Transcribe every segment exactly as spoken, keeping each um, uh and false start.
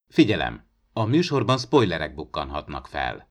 Figyelem! A műsorban spoilerek bukkanhatnak fel.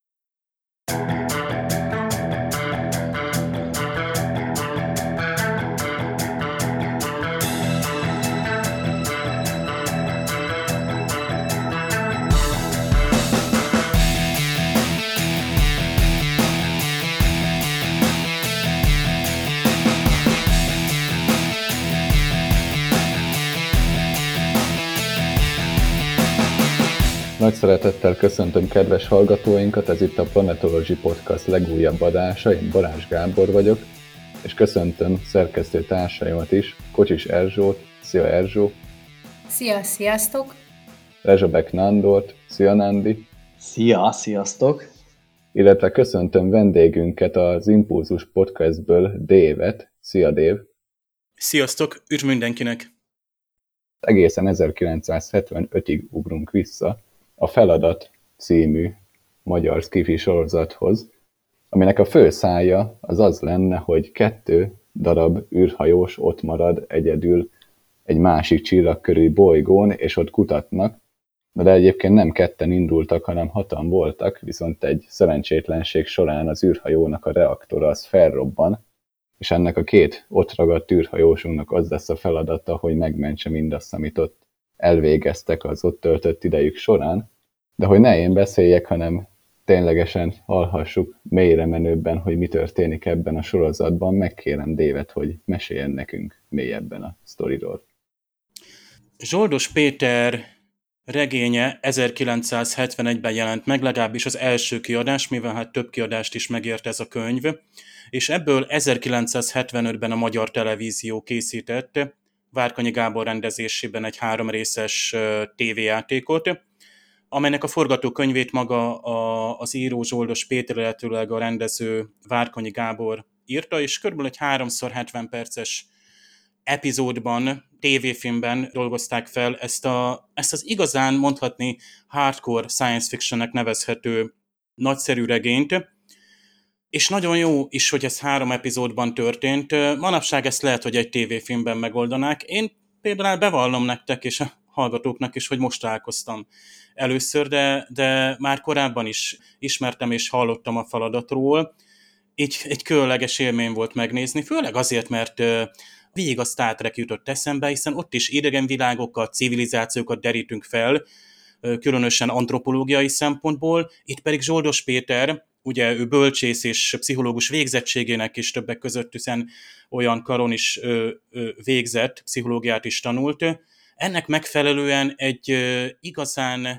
Nagy szeretettel köszöntöm kedves hallgatóinkat, ez itt a Planetology Podcast legújabb adása, én Balázs Gábor vagyok, és köszöntöm szerkesztő társaimat is, Kocsis Erzsót, szia Erzsó! Szia, sziasztok! Rezsabek Nándort, szia Nándi! Szia, sziasztok! Illetve köszöntöm vendégünket az Impulzus Podcastből, Dévet, szia Dév! Sziasztok, üdv mindenkinek! Egészen ezerkilencszázhetvenötig ugrunk vissza a Feladat című magyar sci-fi sorozathoz, aminek a fő szálja az az lenne, hogy kettő darab űrhajós ott marad egyedül egy másik csillagkörüli bolygón, és ott kutatnak, de egyébként nem ketten indultak, hanem hatan voltak, viszont egy szerencsétlenség során az űrhajónak a reaktora az felrobban, és ennek a két ott ragadt űrhajósunknak az lesz a feladata, hogy megmentse mindazt, amit ott elvégeztek az ott töltött idejük során, de hogy ne én beszéljek, hanem ténylegesen hallhassuk mélyre menőbben, hogy mi történik ebben a sorozatban, megkérem Dévet, hogy meséljen nekünk mélyebben a sztoriról. Zsoldos Péter regénye ezerkilencszázhetvenegyben jelent meg, legalábbis az első kiadás, mivel hát több kiadást is megért ez a könyv, és ebből ezerkilencszázhetvenötben a Magyar Televízió készített Várkonyi Gábor rendezésében egy háromrészes tévéjátékot, amelynek a forgatókönyvét maga a, az író Zsoldos Péter, illetőleg a rendező Várkonyi Gábor írta, és körülbelül egy háromszor hetven perces epizódban, tévéfilmben dolgozták fel ezt, a, ezt az igazán mondhatni hardcore science fictionnek nevezhető nagyszerű regényt, és nagyon jó is, hogy ez három epizódban történt. Manapság ezt lehet, hogy egy tévéfilmben megoldanák. Én például bevallom nektek és a hallgatóknak is, hogy most találkoztam először, de, de már korábban is ismertem és hallottam a feladatról. Így egy különleges élmény volt megnézni, főleg azért, mert végig a Star Trek jutott eszembe, hiszen ott is idegen világokat, civilizációkat derítünk fel, különösen antropológiai szempontból. Itt pedig Zsoldos Péter, ugye ő bölcsész és pszichológus végzettségének is többek között, hiszen olyan karon is ö, ö, végzett, pszichológiát is tanult. Ennek megfelelően egy ö, igazán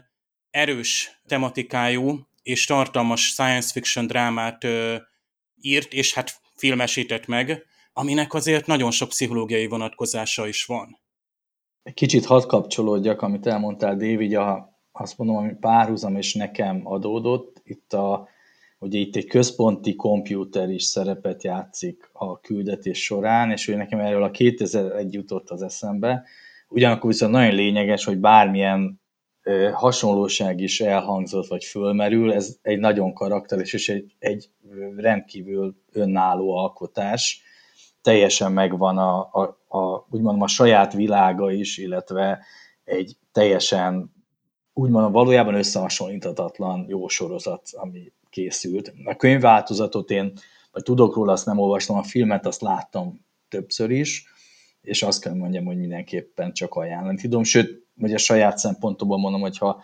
erős tematikájú és tartalmas science fiction drámát ö, írt, és hát filmesített meg, aminek azért nagyon sok pszichológiai vonatkozása is van. Kicsit hadd kapcsolódjak, amit elmondtál, David, a, azt mondom, ami párhuzam és nekem adódott, itt a ugye itt egy központi kompjúter is szerepet játszik a küldetés során, és hogy nekem erről a kétezer-egy jutott az eszembe. Ugyanakkor viszont nagyon lényeges, hogy bármilyen ö, hasonlóság is elhangzott, vagy fölmerül, ez egy nagyon karakteres és egy, egy rendkívül önálló alkotás. Teljesen megvan a, a, a, úgymond a saját világa is, illetve egy teljesen úgymond valójában összehasonlíthatatlan jó sorozat, ami készült. A könyvváltozatot én, vagy tudok róla, azt nem olvastam, a filmet azt láttam többször is, és azt kell mondjam, hogy mindenképpen csak ajánlani tudom. Sőt, vagy a saját szempontból mondom, hogyha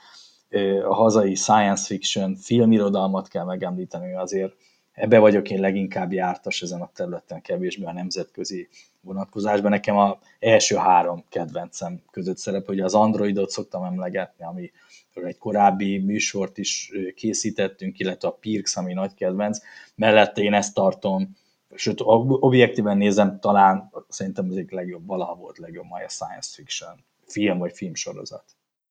a hazai science fiction filmirodalmat kell megemlíteni, azért ebbe vagyok én leginkább jártas ezen a területen, kevésbé a nemzetközi vonatkozásban. Nekem az első három kedvencem között szerep, hogy az Androidot szoktam emlegetni, ami egy korábbi műsort is készítettünk, illetve a Pirx, ami nagy kedvenc. Mellette én ezt tartom, sőt, objektíven nézem, talán szerintem az egyik legjobb, valaha volt legjobb mai a science fiction film vagy filmsorozat.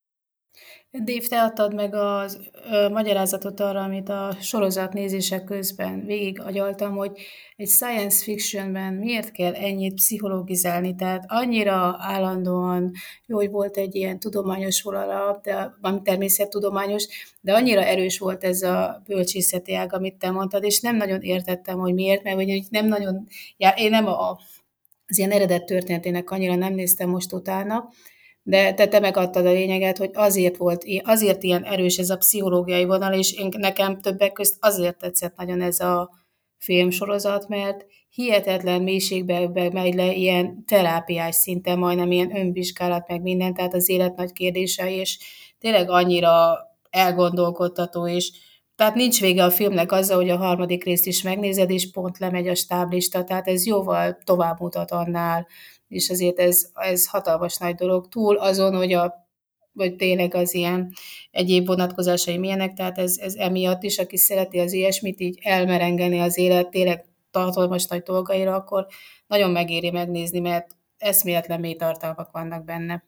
Dave, te adtad meg a magyarázatot arra, amit a sorozat nézése közben végig agyaltam, hogy egy science fictionben miért kell ennyit pszichologizálni, tehát annyira állandóan, jó, hogy volt egy ilyen tudományos vonala, de ami természettudományos, de annyira erős volt ez a bölcsészeti ág, amit te mondtad, és nem nagyon értettem, hogy miért, mert hogy nem nagyon, já, én nem a, az ilyen eredet történetének annyira nem néztem most utána, De te, te megadtad a lényeget, hogy azért volt, azért ilyen erős ez a pszichológiai vonal, és én, nekem többek közt azért tetszett nagyon ez a filmsorozat, mert hihetetlen mélységbe megy le ilyen terápiás szinten, majdnem ilyen önvizsgálat, meg minden, tehát az élet nagy kérdései, és tényleg annyira elgondolkodtató, és tehát nincs vége a filmnek azzal, hogy a harmadik részt is megnézed, és pont lemegy a stáblista, tehát ez jóval tovább mutat annál, és azért ez, ez hatalmas nagy dolog. Túl azon, hogy a vagy tényleg az ilyen egyéb vonatkozásai milyenek, tehát ez, ez emiatt is, aki szereti az ilyesmit, így elmerengeni az élet tényleg hatalmas nagy dolgaira, akkor nagyon megéri megnézni, mert eszméletlen mély tartalmak vannak benne.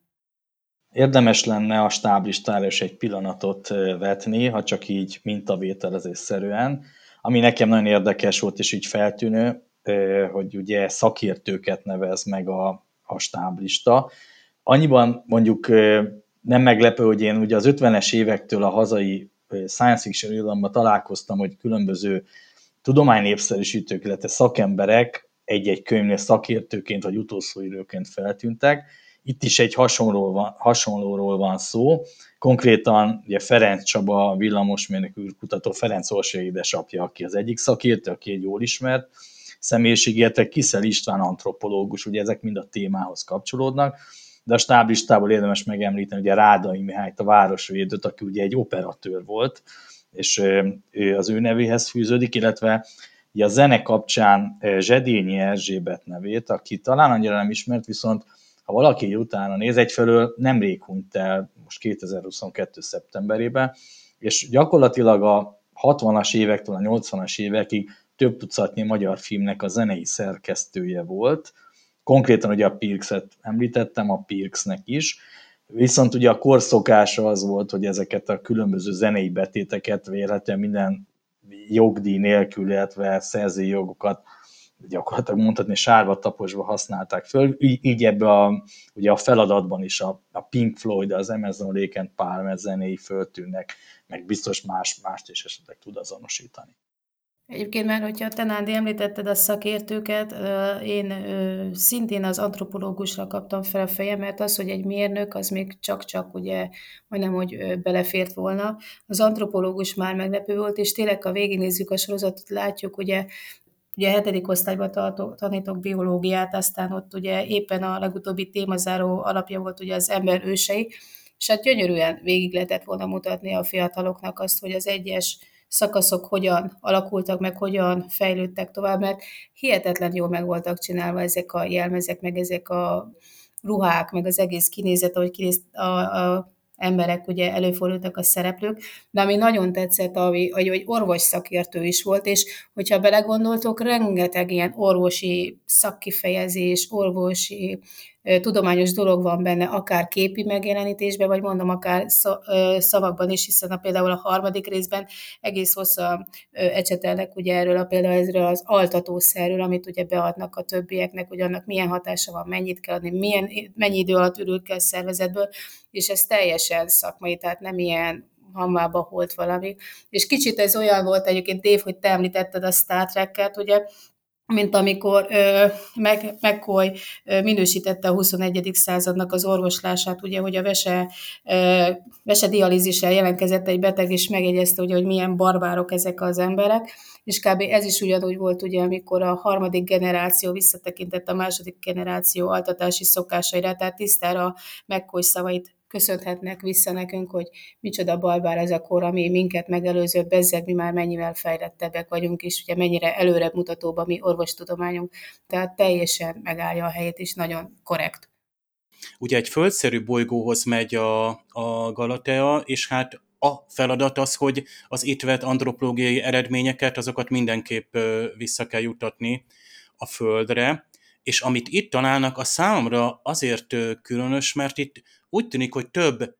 Érdemes lenne a stáblistára is egy pillanatot vetni, ha csak így mintavételezésszerűen. Ami nekem nagyon érdekes volt, és így feltűnő, hogy ugye szakértőket nevez meg a, a stáblista. Annyiban mondjuk nem meglepő, hogy én ugye az ötvenes évektől a hazai science fiction irodalomban találkoztam, hogy különböző tudománynépszerűsítők, illetve szakemberek egy-egy könyvnél szakértőként vagy utószóírőként feltűntek. Itt is egy hasonlóról van, hasonlóról van szó. Konkrétan ugye Ferenc Csaba, villamosmérnök űrkutató, Ferenc Orsolya édesapja, aki az egyik szakértő, aki egy jól ismert személyiség, illetve Kissel István antropológus, ugye ezek mind a témához kapcsolódnak, de a stáblistából érdemes megemlíteni ugye Rádai Mihályt, a városvédőt, aki ugye egy operatőr volt, és ő az ő nevéhez fűződik, illetve ugye a zene kapcsán Zsedényi Erzsébet nevét, aki talán annyira nem ismert, viszont ha valaki utána néz, egyfelől nemrég hunyt el, most kétezer-huszonkettő. szeptemberében, és gyakorlatilag a hatvanas évektől a nyolcvanas évekig több tucatnyi magyar filmnek a zenei szerkesztője volt. Konkrétan ugye a Pirkset említettem, a Pirksnek is, viszont ugye a korszokása az volt, hogy ezeket a különböző zenei betéteket vélhetően minden jogdíj nélkül, illetve szerzői jogokat gyakorlatilag mondhatni sárba taposva használták föl. Így ebbe a, ugye a feladatban is a, a Pink Floyd, az Amazon Lake and Palmer zenéi föltűnnek, meg biztos más, mást is esetleg tud azonosítani. Egyébként már, hogyha te, Nándi, említetted a szakértőket, én szintén az antropológusra kaptam fel a fejem, mert az, hogy egy mérnök, az még csak-csak ugye majdnem, hogy belefért volna. Az antropológus már meglepő volt, és tényleg, ha végignézzük a sorozatot, látjuk, ugye Ugye a hetedik osztályban tanítok biológiát, aztán ott ugye éppen a legutóbbi témazáró alapja volt ugye az ember ősei, és hát gyönyörűen végig lehetett volna mutatni a fiataloknak azt, hogy az egyes szakaszok hogyan alakultak meg, hogyan fejlődtek tovább, mert hihetetlen jól meg voltak csinálva ezek a jelmezek, meg ezek a ruhák, meg az egész kinézet, ahogy kinéz a, a emberek ugye előfordultak a szereplők, de ami nagyon tetszett, hogy, hogy orvos szakértő is volt, és hogyha belegondoltok, rengeteg ilyen orvosi szakkifejezés, orvosi tudományos dolog van benne, akár képi megjelenítésben, vagy mondom, akár szavakban is, hiszen a, például a harmadik részben egész hosszan ecsetelnek ugye erről a például ezről az altatószerről, amit ugye beadnak a többieknek, hogy annak milyen hatása van, mennyit kell adni, milyen, mennyi idő alatt ürül ki a szervezetből, és ez teljesen szakmai, tehát nem ilyen hamvába holt valami. És kicsit ez olyan volt egyébként, Dave, hogy te említetted a Star Trek-et, ugye, mint amikor ö, Meg, McCoy ö, minősítette a huszonegyedik századnak az orvoslását, ugye, hogy a vese, ö, vesedialízissel jelentkezett egy beteg, és megjegyezte, ugye, hogy milyen barbárok ezek az emberek, és kb. Ez is ugyanúgy volt, ugye, amikor a harmadik generáció visszatekintett a második generáció altatási szokásaira, tehát tisztára McCoy szavait köszönhetnek vissza nekünk, hogy micsoda barbár ez a kor, ami minket megelőzött, bezzeg mi már mennyivel fejlettebbek vagyunk, és ugye mennyire előrebb mutatóbb a mi orvostudományunk, tehát teljesen megállja a helyét, és nagyon korrekt. Ugye egy földszerű bolygóhoz megy a, a Galatea, és hát a feladat az, hogy az itt vett antropológiai eredményeket, azokat mindenképp vissza kell juttatni a Földre, és amit itt találnak, a számomra azért különös, mert itt úgy tűnik, hogy több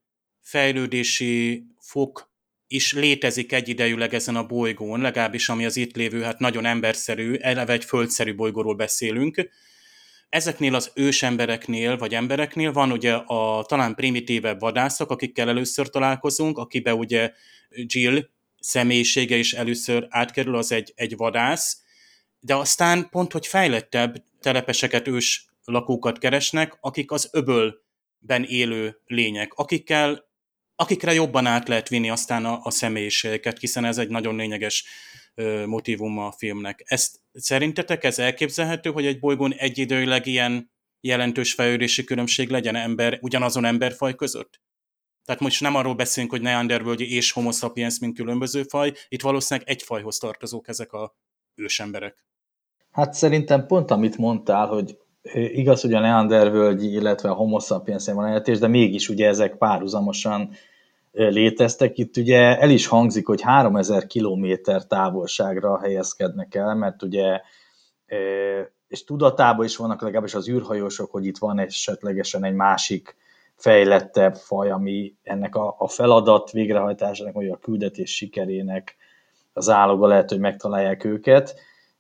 fejlődési fok is létezik egyidejűleg ezen a bolygón, legalábbis ami az itt lévő, hát nagyon emberszerű, eleve egy földszerű bolygóról beszélünk. Ezeknél az ősembereknél, vagy embereknél van ugye a talán primitívebb vadászok, akikkel először találkozunk, akibe ugye Jill személyisége is először átkerül, az egy, egy vadász, de aztán pont, hogy fejlettebb telepeseket, ős lakókat keresnek, akik az öböl ben élő lények, akikkel, akikre jobban át lehet vinni aztán a, a személyiségeket, hiszen ez egy nagyon lényeges ö, motívuma a filmnek. Ezt szerintetek ez elképzelhető, hogy egy bolygón egyidejűleg ilyen jelentős fejlődési különbség legyen ember, ugyanazon emberfaj között? Tehát most nem arról beszélünk, hogy neandervölgyi és homo sapiens, mint különböző faj, itt valószínűleg egy fajhoz tartozók ezek a ősemberek. Hát szerintem pont amit mondtál, hogy igaz, hogy a neandervölgyi, illetve a homo sapiens van eltérés, de mégis ugye ezek párhuzamosan léteztek. Itt ugye el is hangzik, hogy háromezer kilométer távolságra helyezkednek el, mert ugye, és tudatában is vannak legalábbis az űrhajósok, hogy itt van esetlegesen egy másik fejlettebb faj, ami ennek a, a feladat végrehajtásának, vagy a küldetés sikerének az áloga, lehet, hogy megtalálják őket.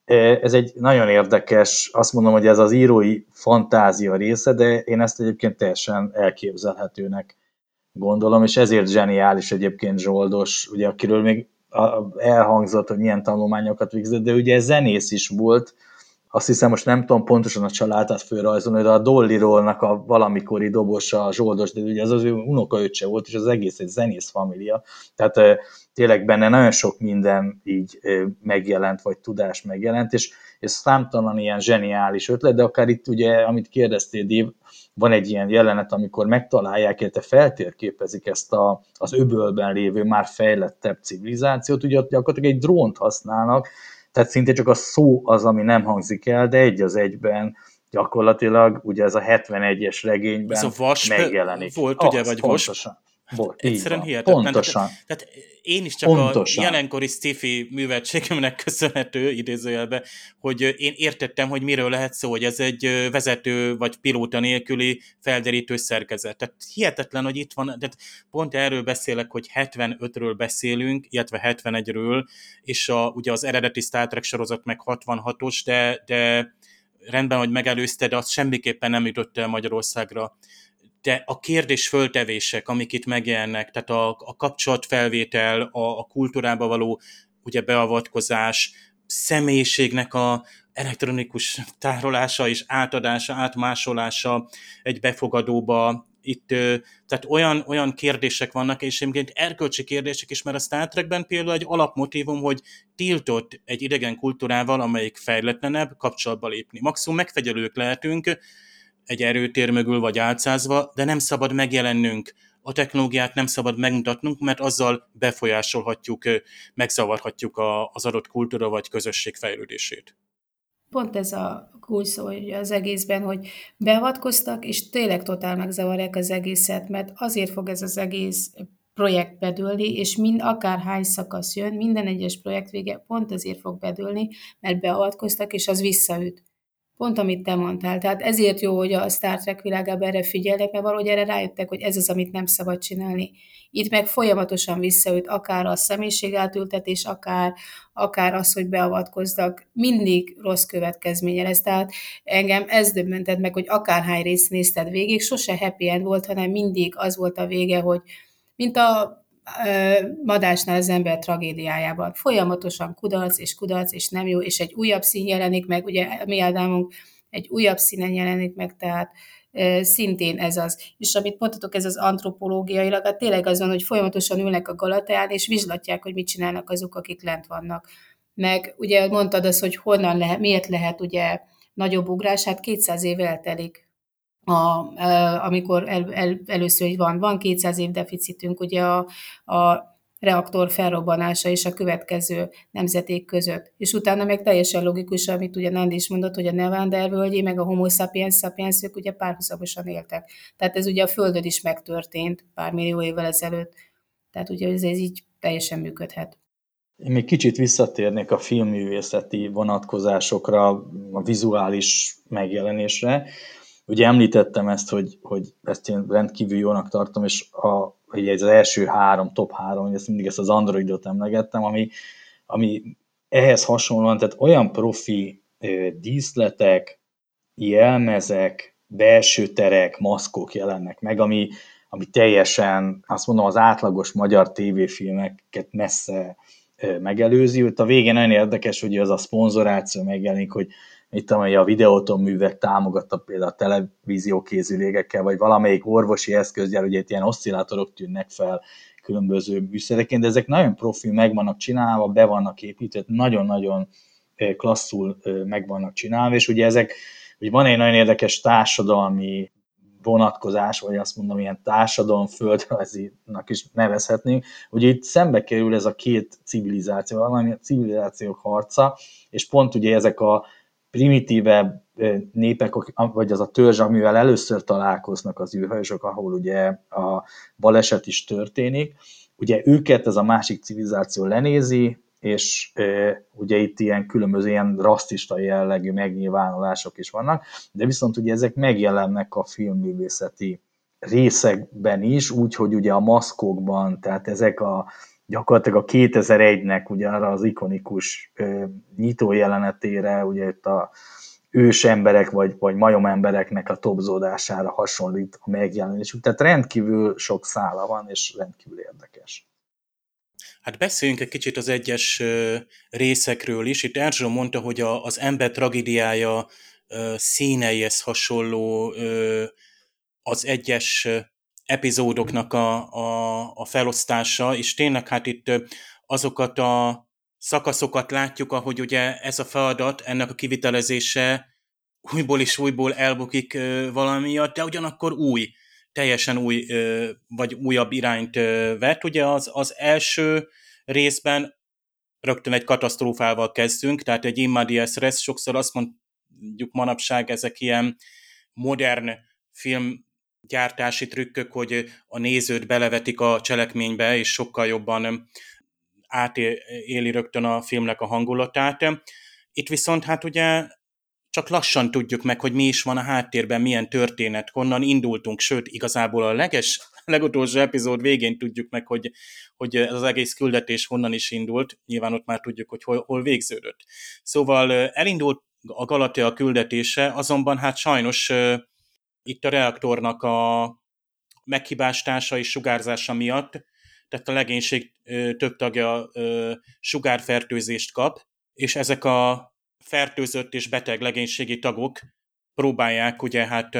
Ez egy nagyon érdekes, azt mondom, hogy ez az írói fantázia része, de én ezt egyébként teljesen elképzelhetőnek gondolom, és ezért zseniális egyébként Zsoldos, ugye, akiről még elhangzott, hogy milyen tanulmányokat végzett, de ugye zenész is volt, azt hiszem, most nem tudom pontosan a családát fölrajzolni, de a Dolly Rollnak a valamikori dobosa, a Zsoldos, de ugye az az ő unokaöccse volt, és az egész egy zenész família. Tehát e, tényleg benne nagyon sok minden így e, megjelent, vagy tudás megjelent, és, és számtalan ilyen zseniális ötlet, de akár itt ugye, amit kérdeztél, Dév, van egy ilyen jelenet, amikor megtalálják, illetve feltérképezik ezt a, az öbölben lévő, már fejlettebb civilizációt, ugye ott gyakorlatilag egy drónt használnak, tehát szinte csak a szó az, ami nem hangzik el, de egy az egyben gyakorlatilag ugye ez a hetvenegyes regényben ez a vas megjelenik. Volt, ah, ugye, vagy pontosan. Vas? Volt, Egyszerűen van. hihetetlen. Pontosan. Tehát, tehát én is csak pontosan. A jelenkori sci-fi műveltségemnek köszönhető, idézőjelben, hogy én értettem, hogy miről lehet szó, hogy ez egy vezető vagy pilóta nélküli felderítő szerkezet. Tehát hihetetlen, hogy itt van, tehát pont erről beszélek, hogy hetvenötről beszélünk, illetve hetvenegyről, és a, ugye az eredeti Star Trek sorozat meg hatvanhatos, de, de rendben, hogy megelőzte, de az semmiképpen nem jutott el Magyarországra. De a kérdés föltevések, amik itt megjelennek, tehát a, a kapcsolatfelvétel, a, a kultúrába való ugye beavatkozás, személyiségnek a elektronikus tárolása és átadása, átmásolása egy befogadóba, itt, tehát olyan, olyan kérdések vannak, és egyébként erkölcsi kérdések is, mert a Star Trekben például egy alapmotívum, hogy tiltott egy idegen kultúrával, amelyik fejletlenebb, kapcsolatba lépni. Maximum megfigyelők lehetünk, egy erőtér mögül vagy álcázva, de nem szabad megjelennünk. A technológiát nem szabad megmutatnunk, mert azzal befolyásolhatjuk, megzavarhatjuk az adott kultúra vagy közösség fejlődését. Pont ez a kulcs szó az egészben, hogy beavatkoztak, és tényleg totál megzavarják az egészet, mert azért fog ez az egész projekt bedőlni, és mind akárhány szakasz jön, minden egyes projekt vége pont ezért fog bedőlni, mert beavatkoztak, és az visszaüt. Pont amit te mondtál. Tehát ezért jó, hogy a Star Trek világában erre figyelnek, mert valahogy erre rájöttek, hogy ez az, amit nem szabad csinálni. Itt meg folyamatosan visszaüt, akár a személyiségátültetés, akár, akár az, hogy beavatkoznak. Mindig rossz következménye lesz. Tehát engem ez döbbentett meg, hogy akárhány részt nézted végig, sose happy end volt, hanem mindig az volt a vége, hogy mint a Madásnál az ember tragédiájában. Folyamatosan kudarc és kudarc, és nem jó, és egy újabb szín jelenik meg, ugye mi Ádámunk egy újabb színen jelenik meg, tehát e, szintén ez az. És amit mondhatok, ez az antropológiailag, hát tényleg az van, hogy folyamatosan ülnek a Galateán, és vizslatják, hogy mit csinálnak azok, akik lent vannak. Meg ugye mondtad azt, hogy honnan lehet, miért lehet ugye nagyobb ugrás, hát kétszáz év eltelik. A, amikor el, el, először van, van kétszáz év deficitünk ugye a, a reaktor felrobbanása és a következő nemzeték között. És utána meg teljesen logikus, amit ugye Nandi is mondott, hogy a neandervölgyi meg a homo sapiens sapiens ők ugye párhuzamosan éltek. Tehát ez ugye a Földön is megtörtént pár millió évvel ezelőtt. Tehát ugye ez, ez így teljesen működhet. Én még kicsit visszatérnék a filmművészeti vonatkozásokra, a vizuális megjelenésre. Ugye említettem ezt, hogy, hogy ezt én rendkívül jónak tartom, és a, hogy ez az első három, top három, hogy ezt mindig ezt az Androidot emlegettem, ami, ami ehhez hasonlóan, tehát olyan profi ö, díszletek, jelmezek, belső terek, maszkok jelennek meg, ami, ami teljesen, azt mondom, az átlagos magyar tévéfilmeket messze ö, megelőzi. Itt a végén nagyon érdekes, hogy az a szponzoráció megjelenik, hogy itt amely a videótonművek támogatta például a televíziókészülékekkel, vagy valamelyik orvosi eszközgyár, ugye itt ilyen oszcillátorok tűnnek fel különböző műszereként, de ezek nagyon profi, meg vannak csinálva, be vannak építve, nagyon-nagyon klasszul meg vannak csinálva, és ugye ezek, ugye van egy nagyon érdekes társadalmi vonatkozás, vagy azt mondom, ilyen társadalom földrajzinak is nevezhetnénk, hogy itt szembe kerül ez a két civilizáció, valami a civilizációk harca, és pont ugye ezek a primitívebb népek, vagy az a törzs, amivel először találkoznak az űrhajósok, ahol ugye a baleset is történik, ugye őket ez a másik civilizáció lenézi, és e, ugye itt ilyen különböző ilyen rasszista jellegű megnyilvánulások is vannak, de viszont ugye ezek megjelennek a filmművészeti részekben is, úgyhogy ugye a maszkokban, tehát ezek a gyakorlatilag a kétezer-egynek ugye arra az ikonikus e, nyitó jelenetére, ugye itt a ős emberek vagy, vagy majom embereknek a tobzódására hasonlít a megjelenésük, tehát rendkívül sok szála van, és rendkívül érdekes. Hát beszéljünk egy kicsit az egyes ö, részekről is. Itt Erzsó mondta, hogy a, az ember tragédiája ö, színeihez hasonló ö, az egyes epizódoknak a, a, a felosztása, és tényleg hát itt azokat a szakaszokat látjuk, ahogy ugye ez a feladat, ennek a kivitelezése újból és újból elbukik ö, valamiatt, de ugyanakkor új, teljesen új, ö, vagy újabb irányt ö, vett. Ugye az, az első részben rögtön egy katasztrófával kezdünk, tehát egy immediate res, sokszor azt mondjuk manapság, ezek ilyen modern filmgyártási trükkök, hogy a nézőt belevetik a cselekménybe, és sokkal jobban átéli rögtön a filmnek a hangulatát. Itt viszont hát ugye csak lassan tudjuk meg, hogy mi is van a háttérben, milyen történet, honnan indultunk, sőt, igazából a leges, legutolsó epizód végén tudjuk meg, hogy, hogy ez az egész küldetés honnan is indult, nyilván ott már tudjuk, hogy hol, hol végződött. Szóval elindult a Galatea küldetése, azonban hát sajnos uh, itt a reaktornak a meghibástása és sugárzása miatt, tehát a legénység uh, több tagja uh, sugárfertőzést kap, és ezek a fertőzött és beteg legénységi tagok próbálják ugye hát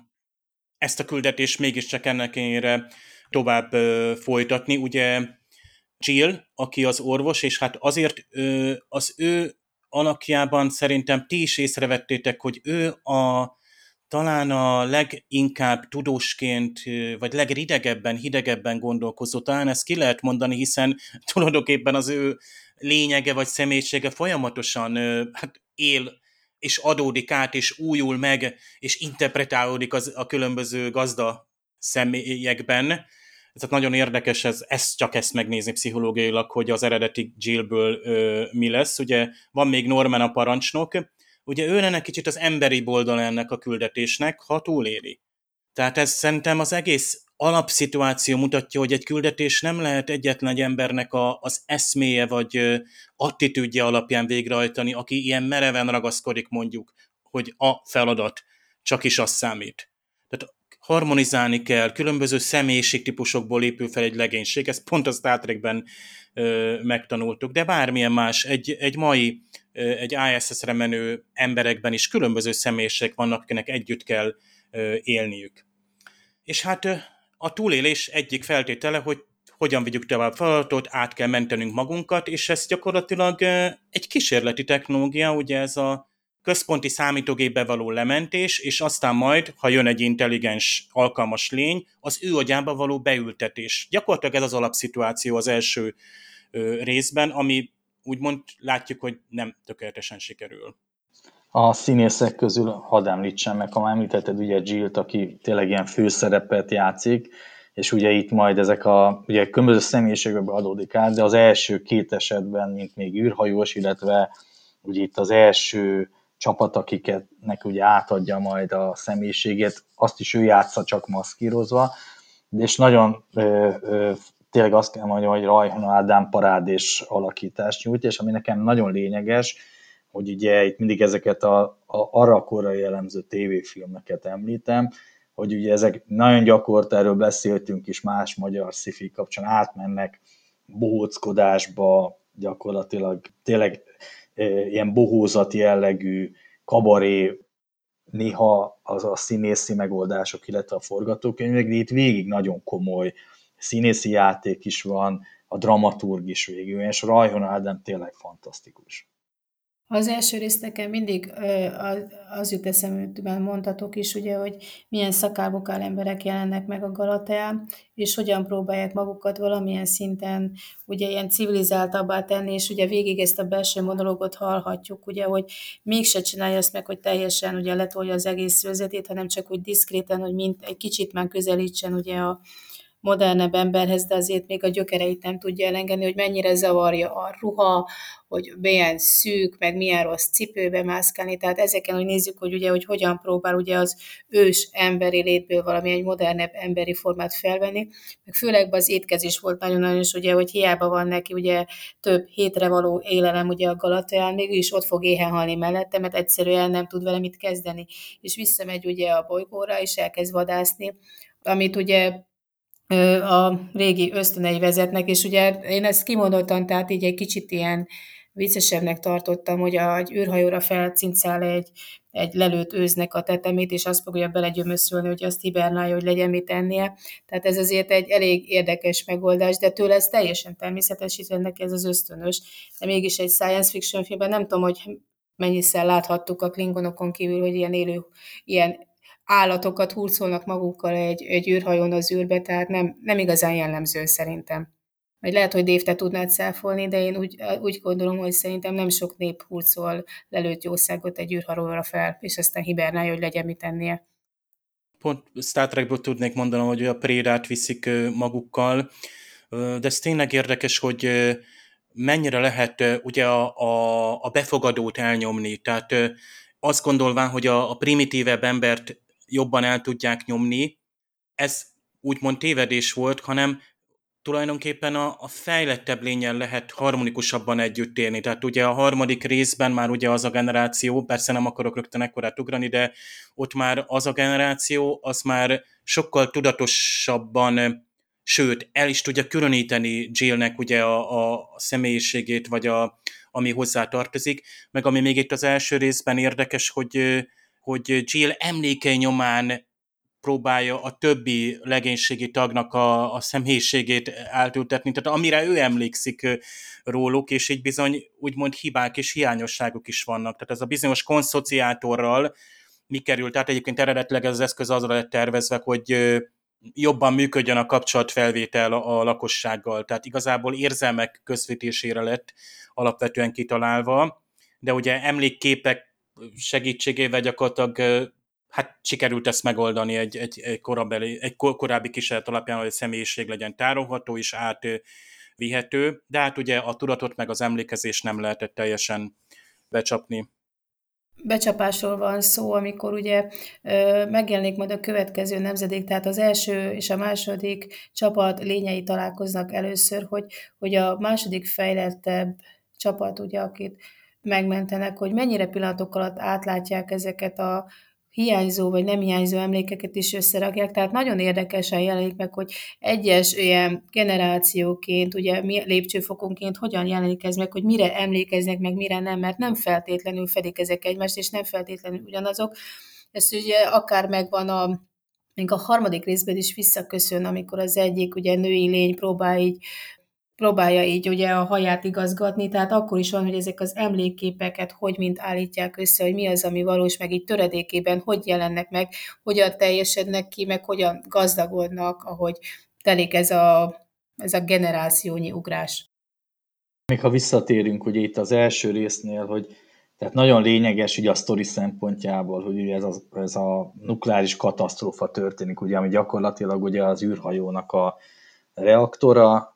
ezt a küldetést mégiscsak ennek ellenére tovább folytatni. Ugye Jill, aki az orvos, és hát azért az ő alakjában szerintem ti is észrevettétek, hogy ő a talán a leginkább tudósként, vagy legridegebben, hidegebben gondolkozó, talán ezt ki lehet mondani, hiszen tulajdonképpen az ő lényege vagy személyisége folyamatosan hát él, és adódik át, és újul meg, és interpretálódik az, a különböző gazda személyekben. Tehát nagyon érdekes ez, ezt, csak ezt megnézni pszichológiailag, hogy az eredeti Jillből ö, mi lesz. Ugye van még Norman a parancsnok, ugye ő lenne kicsit az emberi oldala ennek a küldetésnek, ha túléli. Tehát ez szerintem az egész alapszituáció mutatja, hogy egy küldetés nem lehet egyetlen egy embernek a, az eszméje vagy attitűdje alapján végrehajtani, aki ilyen mereven ragaszkodik mondjuk, hogy a feladat csak is az számít. Tehát harmonizálni kell, különböző személyiségtípusokból épül fel egy legénység, ezt pont a Star Trekben ö, megtanultuk, de bármilyen más, egy, egy mai, ö, egy I S S-re menő emberekben is különböző személyiségek vannak, akinek együtt kell ö, élniük. És hát ö, a túlélés egyik feltétele, hogy hogyan vigyük tovább feladatot, át kell mentenünk magunkat, és ez gyakorlatilag ö, egy kísérleti technológia, ugye ez a központi számítógépbe való lementés, és aztán majd, ha jön egy intelligens, alkalmas lény, az ő agyába való beültetés. Gyakorlatilag ez az alapszituáció az első ö, részben, ami úgymond látjuk, hogy nem tökéletesen sikerül. A színészek közül hadd említsem meg, ha már említetted ugye Jillt, aki tényleg ilyen főszerepet játszik, és ugye itt majd ezek a ugye különböző személyiségekből adódik át, de az első két esetben, mint még űrhajós, illetve ugye itt az első csapat, akiknek ugye átadja majd a személyiségét, azt is ő játsza csak maszkírozva, és nagyon ö, ö, tényleg azt kell mondjam, hogy Rajhana Ádám parádés alakítást nyújt, és ami nekem nagyon lényeges, hogy ugye itt mindig ezeket a, a arra a korra jellemző tévéfilmeket említem, hogy ugye ezek nagyon gyakorta, erről beszéltünk is más magyar sci-fi kapcsán, átmennek bohóckodásba, gyakorlatilag tényleg e, ilyen bohózat jellegű kabaré, néha az a színészi megoldások, illetve a forgatókönyvek, de itt végig nagyon komoly színészi játék is van, a dramaturg is végül, és Rajhon Ádám tényleg fantasztikus. Az első rész nekem mindig az jut eszembe, mondhatok is, ugye, hogy milyen szakállbokál emberek jelennek meg a Galateán, és hogyan próbálják magukat valamilyen szinten ugye ilyen civilizáltabbá tenni, és ugye végig ezt a belső monológot hallhatjuk, ugye, hogy mégse csinálja azt meg, hogy teljesen ugye letolja az egész szőzetét, hanem csak úgy diszkréten, hogy mint egy kicsit már közelítsen ugye a modernebb emberhez, de azért még a gyökereit nem tudja elengedni, hogy mennyire zavarja a ruha, hogy milyen szűk, meg milyen rossz cipőbe mászkálni, tehát ezeken, hogy nézzük, hogy ugye, hogy hogyan próbál ugye az ős emberi létből valami egy modernebb emberi formát felvenni, meg főleg az étkezés volt nagyon-nagyon is, ugye, hogy hiába van neki ugye több hétre való élelem ugye a Galateán, mégis ott fog éhen halni mellette, mert egyszerűen nem tud vele mit kezdeni, és visszamegy ugye a bolygóra, és elkezd vadászni, amit ugye a régi ösztönei vezetnek, és ugye én ezt kimondottan, tehát így egy kicsit ilyen viccesebbnek tartottam, hogy egy űrhajóra felcincál egy, egy lelőtt őznek a tetemét, és azt fogja belegyömöszölni, hogy azt hibernálja, hogy legyen mit ennie. Tehát ez azért egy elég érdekes megoldás, de tőle ez teljesen természetesítve, neki ez az ösztönös, de mégis egy science fiction filmben nem tudom, hogy mennyiszer láthattuk a klingonokon kívül, hogy ilyen élő, ilyen állatokat hurcolnak magukkal egy, egy űrhajón az űrbe, tehát nem, nem igazán jellemző szerintem. Vagy lehet, hogy Dave, te tudnád száfolni, de én úgy, úgy gondolom, hogy szerintem nem sok nép hurcol lelőtt jószágot egy űrhajóra fel, és aztán hibernálja, hogy legyen mit ennie. Pont Star Trekből tudnék mondani, hogy a prédát viszik magukkal, de ez tényleg érdekes, hogy mennyire lehet ugye a, a, a befogadót elnyomni. Tehát azt gondolván, hogy a, a primitívebb embert jobban el tudják nyomni, ez úgymond tévedés volt, hanem tulajdonképpen a, a fejlettebb lényen lehet harmonikusabban együtt élni. Tehát ugye a harmadik részben már ugye az a generáció, persze nem akarok rögtön ekkorát ugrani, de ott már az a generáció, az már sokkal tudatosabban, sőt, el is tudja különíteni Jillnek ugye a, a személyiségét, vagy a, ami hozzá tartozik, meg ami még itt az első részben érdekes, hogy, hogy Jill emlékei nyomán próbálja a többi legénységi tagnak a, a személyiségét átültetni, tehát amire ő emlékszik róluk, és így bizony úgymond hibák és hiányosságok is vannak. Tehát ez a bizonyos konszociátorral mi került, tehát egyébként eredetileg ez az eszköz azra lett tervezve, hogy jobban működjön a kapcsolatfelvétel a lakossággal, tehát igazából érzelmek közvetítésére lett alapvetően kitalálva, de ugye emlékképek segítségével gyakorlatilag hát sikerült ezt megoldani egy, egy, egy, korabeli, egy korábbi kísérlet alapján, hogy a személyiség legyen tárolható és átvihető, de hát ugye a tudatot meg az emlékezés nem lehetett teljesen becsapni. Becsapásról van szó, amikor ugye megjelenik majd a következő nemzedék, tehát az első és a második csapat lényei találkoznak először, hogy, hogy a második fejlettebb csapat, ugye, akit megmentenek, hogy mennyire pillanatok alatt átlátják ezeket a hiányzó vagy nem hiányzó emlékeket is összerakják, tehát nagyon érdekesen jelenik meg, hogy egyes ilyen generációként, ugye lépcsőfokonként hogyan jelenik ez meg, hogy mire emlékeznek meg, mire nem, mert nem feltétlenül fedik ezek egymást, és nem feltétlenül ugyanazok. Ez ugye akár megvan a még a harmadik részben is visszaköszön, amikor az egyik ugye női lény próbál így próbálja így ugye a haját igazgatni, tehát akkor is van, hogy ezek az emlékképeket hogy mint állítják össze, hogy mi az, ami valós, meg így töredékében hogy jelennek meg, hogyan teljesednek ki, meg hogyan gazdagodnak, ahogy telik ez a, ez a generációnyi ugrás. Még ha visszatérünk ugye itt az első résznél, hogy tehát nagyon lényeges ugye a sztori szempontjából, hogy ugye ez a, ez a nukleáris katasztrófa történik, ugye, ami gyakorlatilag ugye az űrhajónak a reaktora,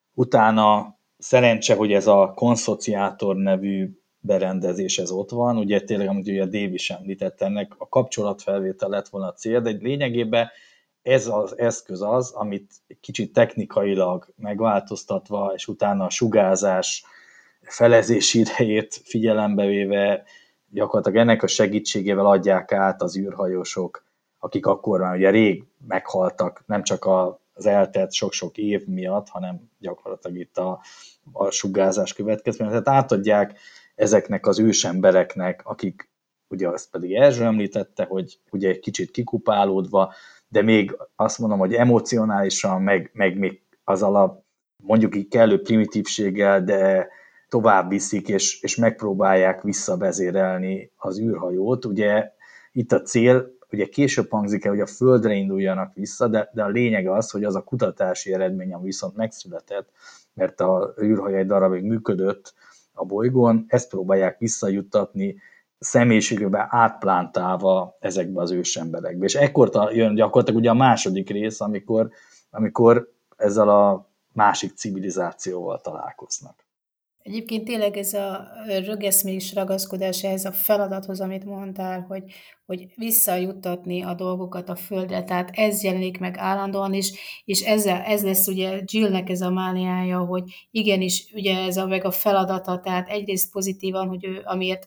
utána szerencse, hogy ez a konszociátor nevű berendezés ez ott van, ugye tényleg, amit ugye a Dave is említett, ennek a kapcsolatfelvétel lett volna a cél, de lényegében ez az eszköz az, amit kicsit technikailag megváltoztatva, és utána a sugárzás felezési idejét figyelembe véve gyakorlatilag ennek a segítségével adják át az űrhajósok, akik akkor már ugye rég meghaltak, nem csak a az eltelt sok-sok év miatt, hanem gyakorlatilag itt a, a sugárzás következménye. Tehát átadják ezeknek az ősembereknek, akik ugye azt pedig Erzső említette, hogy ugye egy kicsit kikupálódva, de még azt mondom, hogy emocionálisan, meg, meg még azzal a mondjuk így kellő primitívséggel, de tovább viszik, és, és megpróbálják visszavezérelni az űrhajót. Ugye itt a cél, ugye később hangzik el, hogy a Földre induljanak vissza, de, de a lényeg az, hogy az a kutatási eredmény, ami viszont megszületett, mert a űrhajó egy darabig működött a bolygón, ezt próbálják visszajuttatni személyiségükbe átplántálva ezekbe az ősemberekbe. És ekkor jön gyakorlatilag ugye a második rész, amikor, amikor ezzel a másik civilizációval találkoznak. Egyébként tényleg ez a rögeszmés ragaszkodás ehhez a feladathoz, amit mondtál, hogy, hogy visszajuttatni a dolgokat a Földre, tehát ez jelenik meg állandóan is, és ezzel, ez lesz ugye Jillnek ez a mániája, hogy igenis ugye ez a, meg a feladata, tehát egyrészt pozitívan, hogy ő, amiért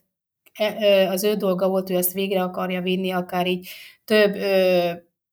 az ő dolga volt, ő ezt végre akarja vinni, akár így több ö,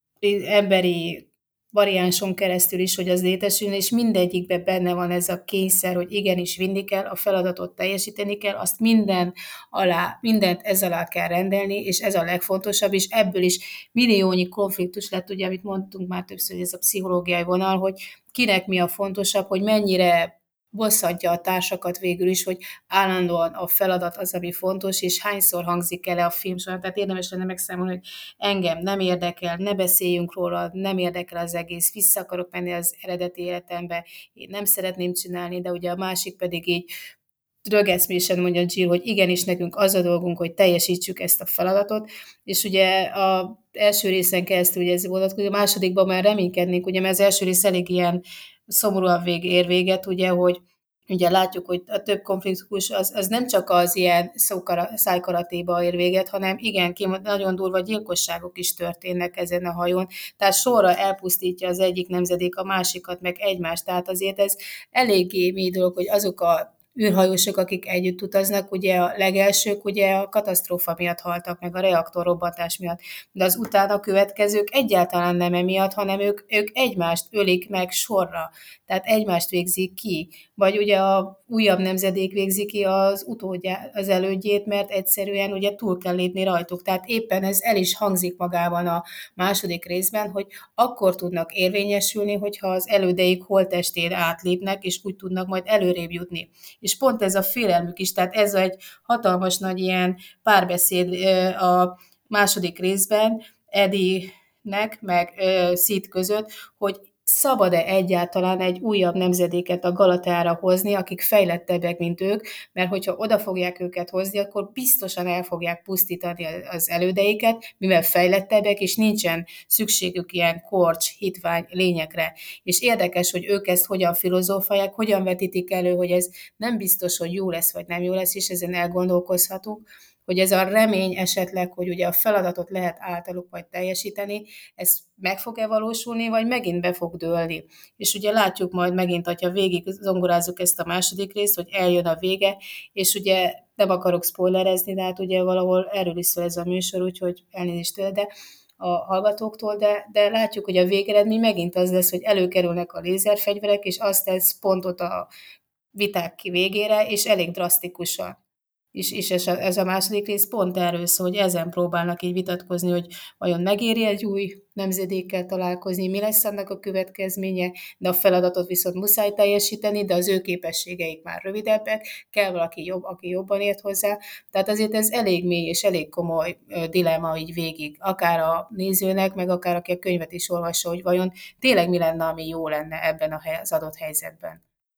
emberi variánson keresztül is, hogy az létesüljön, és mindegyikben benne van ez a kényszer, hogy igenis vinni kell, a feladatot teljesíteni kell, azt minden alá, mindent ez alá kell rendelni, és ez a legfontosabb, és ebből is milliónyi konfliktus lett, ugye, amit mondtunk már többször, hogy ez a pszichológiai vonal, hogy kinek mi a fontosabb, hogy mennyire bosszantja a társakat végül is, hogy állandóan a feladat az, ami fontos, és hányszor hangzik el a film során. Tehát érdemes lenne megszámolni, hogy engem nem érdekel, ne beszéljünk róla, nem érdekel az egész, vissza akarok menni az eredeti életembe, én nem szeretném csinálni, de ugye a másik pedig így rögeszmésen mondja Jill, hogy igenis nekünk az a dolgunk, hogy teljesítsük ezt a feladatot, és ugye az első részen keresztül ugye ez vonatkozik, a másodikban már reménykednénk, ugye, mert az első rész elég ilyen szomorúan vég, ér véget, ugye, hogy ugye látjuk, hogy a több konfliktus az, az nem csak az ilyen szájkaratéba ér véget, hanem igen, nagyon durva gyilkosságok is történnek ezen a hajón, tehát sorra elpusztítja az egyik nemzedék a másikat, meg egymást, tehát azért ez eléggé mély dolog, hogy azok a űrhajósok, akik együtt utaznak, ugye a legelsők ugye a katasztrófa miatt haltak meg, a reaktorrobbantás miatt, de az utána következők egyáltalán nem emiatt, hanem ők, ők egymást ölik meg sorra, tehát egymást végzik ki, vagy ugye a újabb nemzedék végzi ki az utódját, az elődjét, mert egyszerűen ugye túl kell lépni rajtuk, tehát éppen ez el is hangzik magában a második részben, hogy akkor tudnak érvényesülni, hogyha az elődeik holttestén átlépnek, és úgy tudnak majd előrébb jutni. És pont ez a félelmük is, tehát ez egy hatalmas nagy ilyen párbeszéd a második részben Eddie-nek, meg Sid között, hogy szabad-e egyáltalán egy újabb nemzedéket a Galateára hozni, akik fejlettebbek, mint ők, mert hogyha oda fogják őket hozni, akkor biztosan el fogják pusztítani az elődeiket, mivel fejlettebbek, és nincsen szükségük ilyen korcs, hitvány lényekre. És érdekes, hogy ők ezt hogyan filozófálják, hogyan vetítik elő, hogy ez nem biztos, hogy jó lesz, vagy nem jó lesz, és ezen elgondolkozhatunk, hogy ez a remény esetleg, hogy ugye a feladatot lehet általuk majd teljesíteni, ez meg fog-e valósulni, vagy megint be fog dőlni. És ugye látjuk majd megint, hogyha végig zongorázzuk ezt a második részt, hogy eljön a vége, és ugye nem akarok spoilerezni, de hát ugye valahol erről is szól ez a műsor, úgyhogy elnézést tőle, de a hallgatóktól, de, de látjuk, hogy a végeredmény megint az lesz, hogy előkerülnek a lézerfegyverek, és azt tesz pontot a viták ki végére, és elég drasztikusan. És, és ez a második rész pont erről szól, hogy ezen próbálnak így vitatkozni, hogy vajon megéri egy új nemzedékkel találkozni, mi lesz annak a következménye, de a feladatot viszont muszáj teljesíteni, de az ő képességeik már rövidebbek, kell valaki jobb, aki jobban ért hozzá. Tehát azért ez elég mély és elég komoly dilemma így végig, akár a nézőnek, meg akár aki a könyvet is olvassa, hogy vajon tényleg mi lenne, ami jó lenne ebben az adott helyzetben.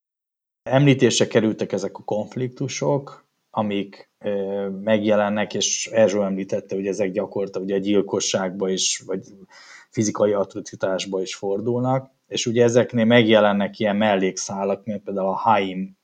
Említésre kerültek ezek a konfliktusok, amik ö, megjelennek, és Erzsó említette, hogy ezek gyakorta ugye a gyilkosságba is, vagy fizikai atrocitásba is fordulnak, és ugye ezeknél megjelennek ilyen mellékszálak, mint például a Haim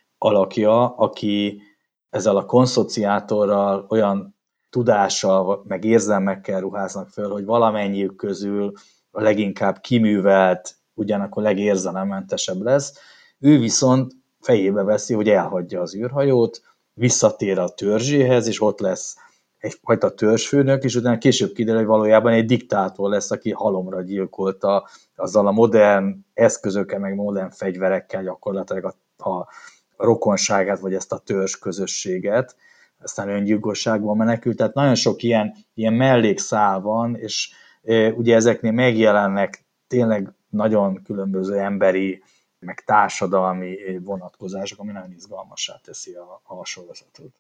alakja, aki ezzel a konszociátorral olyan tudással, meg érzelmekkel ruháznak föl, hogy valamennyiük közül a leginkább kiművelt, ugyanakkor legérzelemmentesebb lesz. Ő viszont fejébe veszi, hogy elhagyja az űrhajót, visszatér a törzséhez, és ott lesz egyfajta törzsfőnök, és utána később kiderül, hogy valójában egy diktátor lesz, aki halomra gyilkolta azzal a modern eszközökkel, meg modern fegyverekkel gyakorlatilag a, a rokonságát, vagy ezt a törzs közösséget, aztán öngyilkosságban menekült, tehát nagyon sok ilyen, ilyen mellékszál van, és e, ugye ezeknél megjelennek tényleg nagyon különböző emberi, meg társadalmi vonatkozások, ami nagyon izgalmassá teszi a, a sorozatot.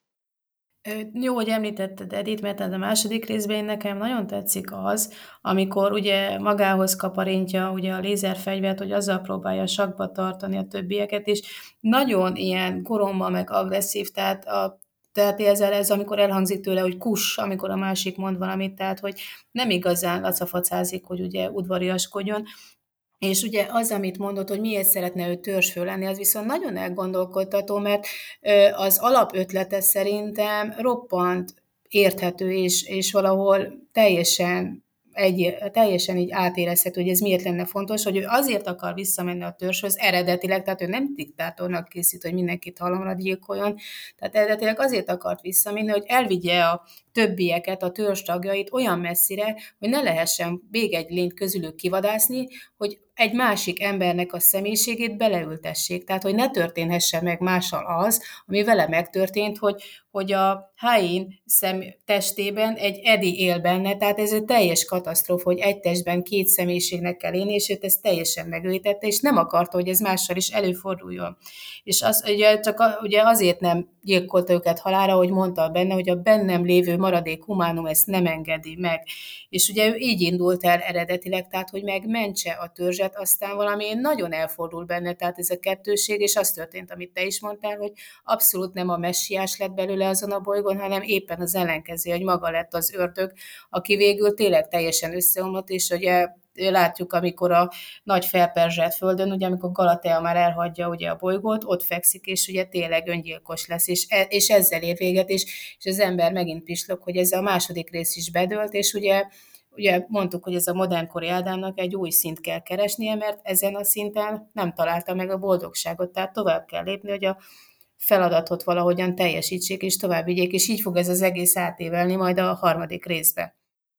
Jó, hogy említetted Edit, mert a második részben nekem nagyon tetszik az, amikor ugye magához kaparintja ugye a lézerfegyvert, hogy azzal próbálja sakba tartani a többieket, és nagyon ilyen goromba, meg agresszív, tehát a tehát ezzel ez, amikor elhangzik tőle, hogy kus, amikor a másik mond valamit, tehát hogy nem igazán lacafacázik, hogy ugye udvariaskodjon. És ugye az, amit mondott, hogy miért szeretne ő törzsfő lenni, az viszont nagyon elgondolkodtató, mert az alapötlete szerintem roppant érthető, és, és valahol teljesen, egy, teljesen így átérezhető, hogy ez miért lenne fontos, hogy ő azért akar visszamenni a törzshöz eredetileg, tehát ő nem diktátornak készít, hogy mindenkit halomra gyilkoljon, tehát eredetileg azért akart visszamenni, hogy elvigye a többieket, a törzs tagjait olyan messzire, hogy ne lehessen még egy lényt közülük kivadászni, hogy egy másik embernek a személyiségét beleültessék. Tehát, hogy ne történhessen meg mással az, ami vele megtörtént, hogy, hogy a Hain szem testében egy Eddie él benne, tehát ez egy teljes katasztrófa, hogy egy testben két személyiségnek kell élni, és őt ez teljesen megőítette, és nem akarta, hogy ez mással is előforduljon. És az, ugye, csak a, ugye azért nem gyilkolta őket halálra, hogy mondta benne, hogy a bennem lévő maradék humánum ezt nem engedi meg. És ugye ő így indult el eredetileg, tehát hogy megmentse a törzset, aztán valami nagyon elfordul benne, tehát ez a kettőség, és az történt, amit te is mondtál, hogy abszolút nem a messiás lett belőle azon a bolygón, hanem éppen az ellenkező, hogy maga lett az ördög, aki végül tényleg teljesen összeomlott, és ugye látjuk, amikor a nagy felperzselt földön, ugye amikor Galatea már elhagyja ugye a bolygót, ott fekszik, és ugye tényleg öngyilkos lesz, és, e, és ezzel ér véget, és, és az ember megint pislog, hogy ez a második rész is bedőlt, és ugye, ugye mondtuk, hogy ez a modernkori Ádámnak egy új szint kell keresnie, mert ezen a szinten nem találta meg a boldogságot, tehát tovább kell lépni, hogy a feladatot valahogyan teljesítsék, és tovább vigyék, és így fog ez az egész átévelni majd a harmadik részbe.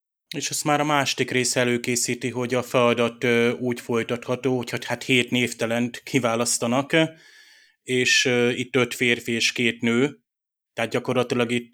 És azt már a második rész előkészíti, hogy a feladat úgy folytatható, hogy hát hét névtelent kiválasztanak, és itt öt férfi és két nő, tehát gyakorlatilag itt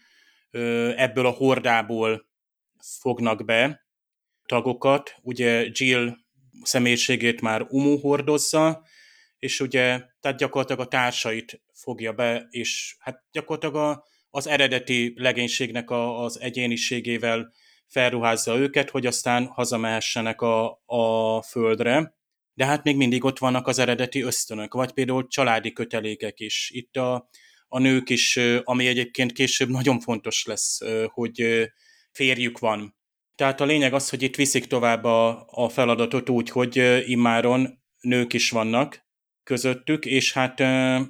ebből a hordából fognak be tagokat. Ugye Jill személyiségét már Umu hordozza, és ugye tehát gyakorlatilag a társait fogja be, és hát gyakorlatilag a, az eredeti legénységnek a, az egyéniségével felruházza őket, hogy aztán hazamehessenek a, a földre. De hát még mindig ott vannak az eredeti ösztönök, vagy például családi kötelékek is. Itt a, a nők is, ami egyébként később nagyon fontos lesz, hogy férjük van. Tehát a lényeg az, hogy itt viszik tovább a, a feladatot úgy, hogy immáron nők is vannak közöttük, és hát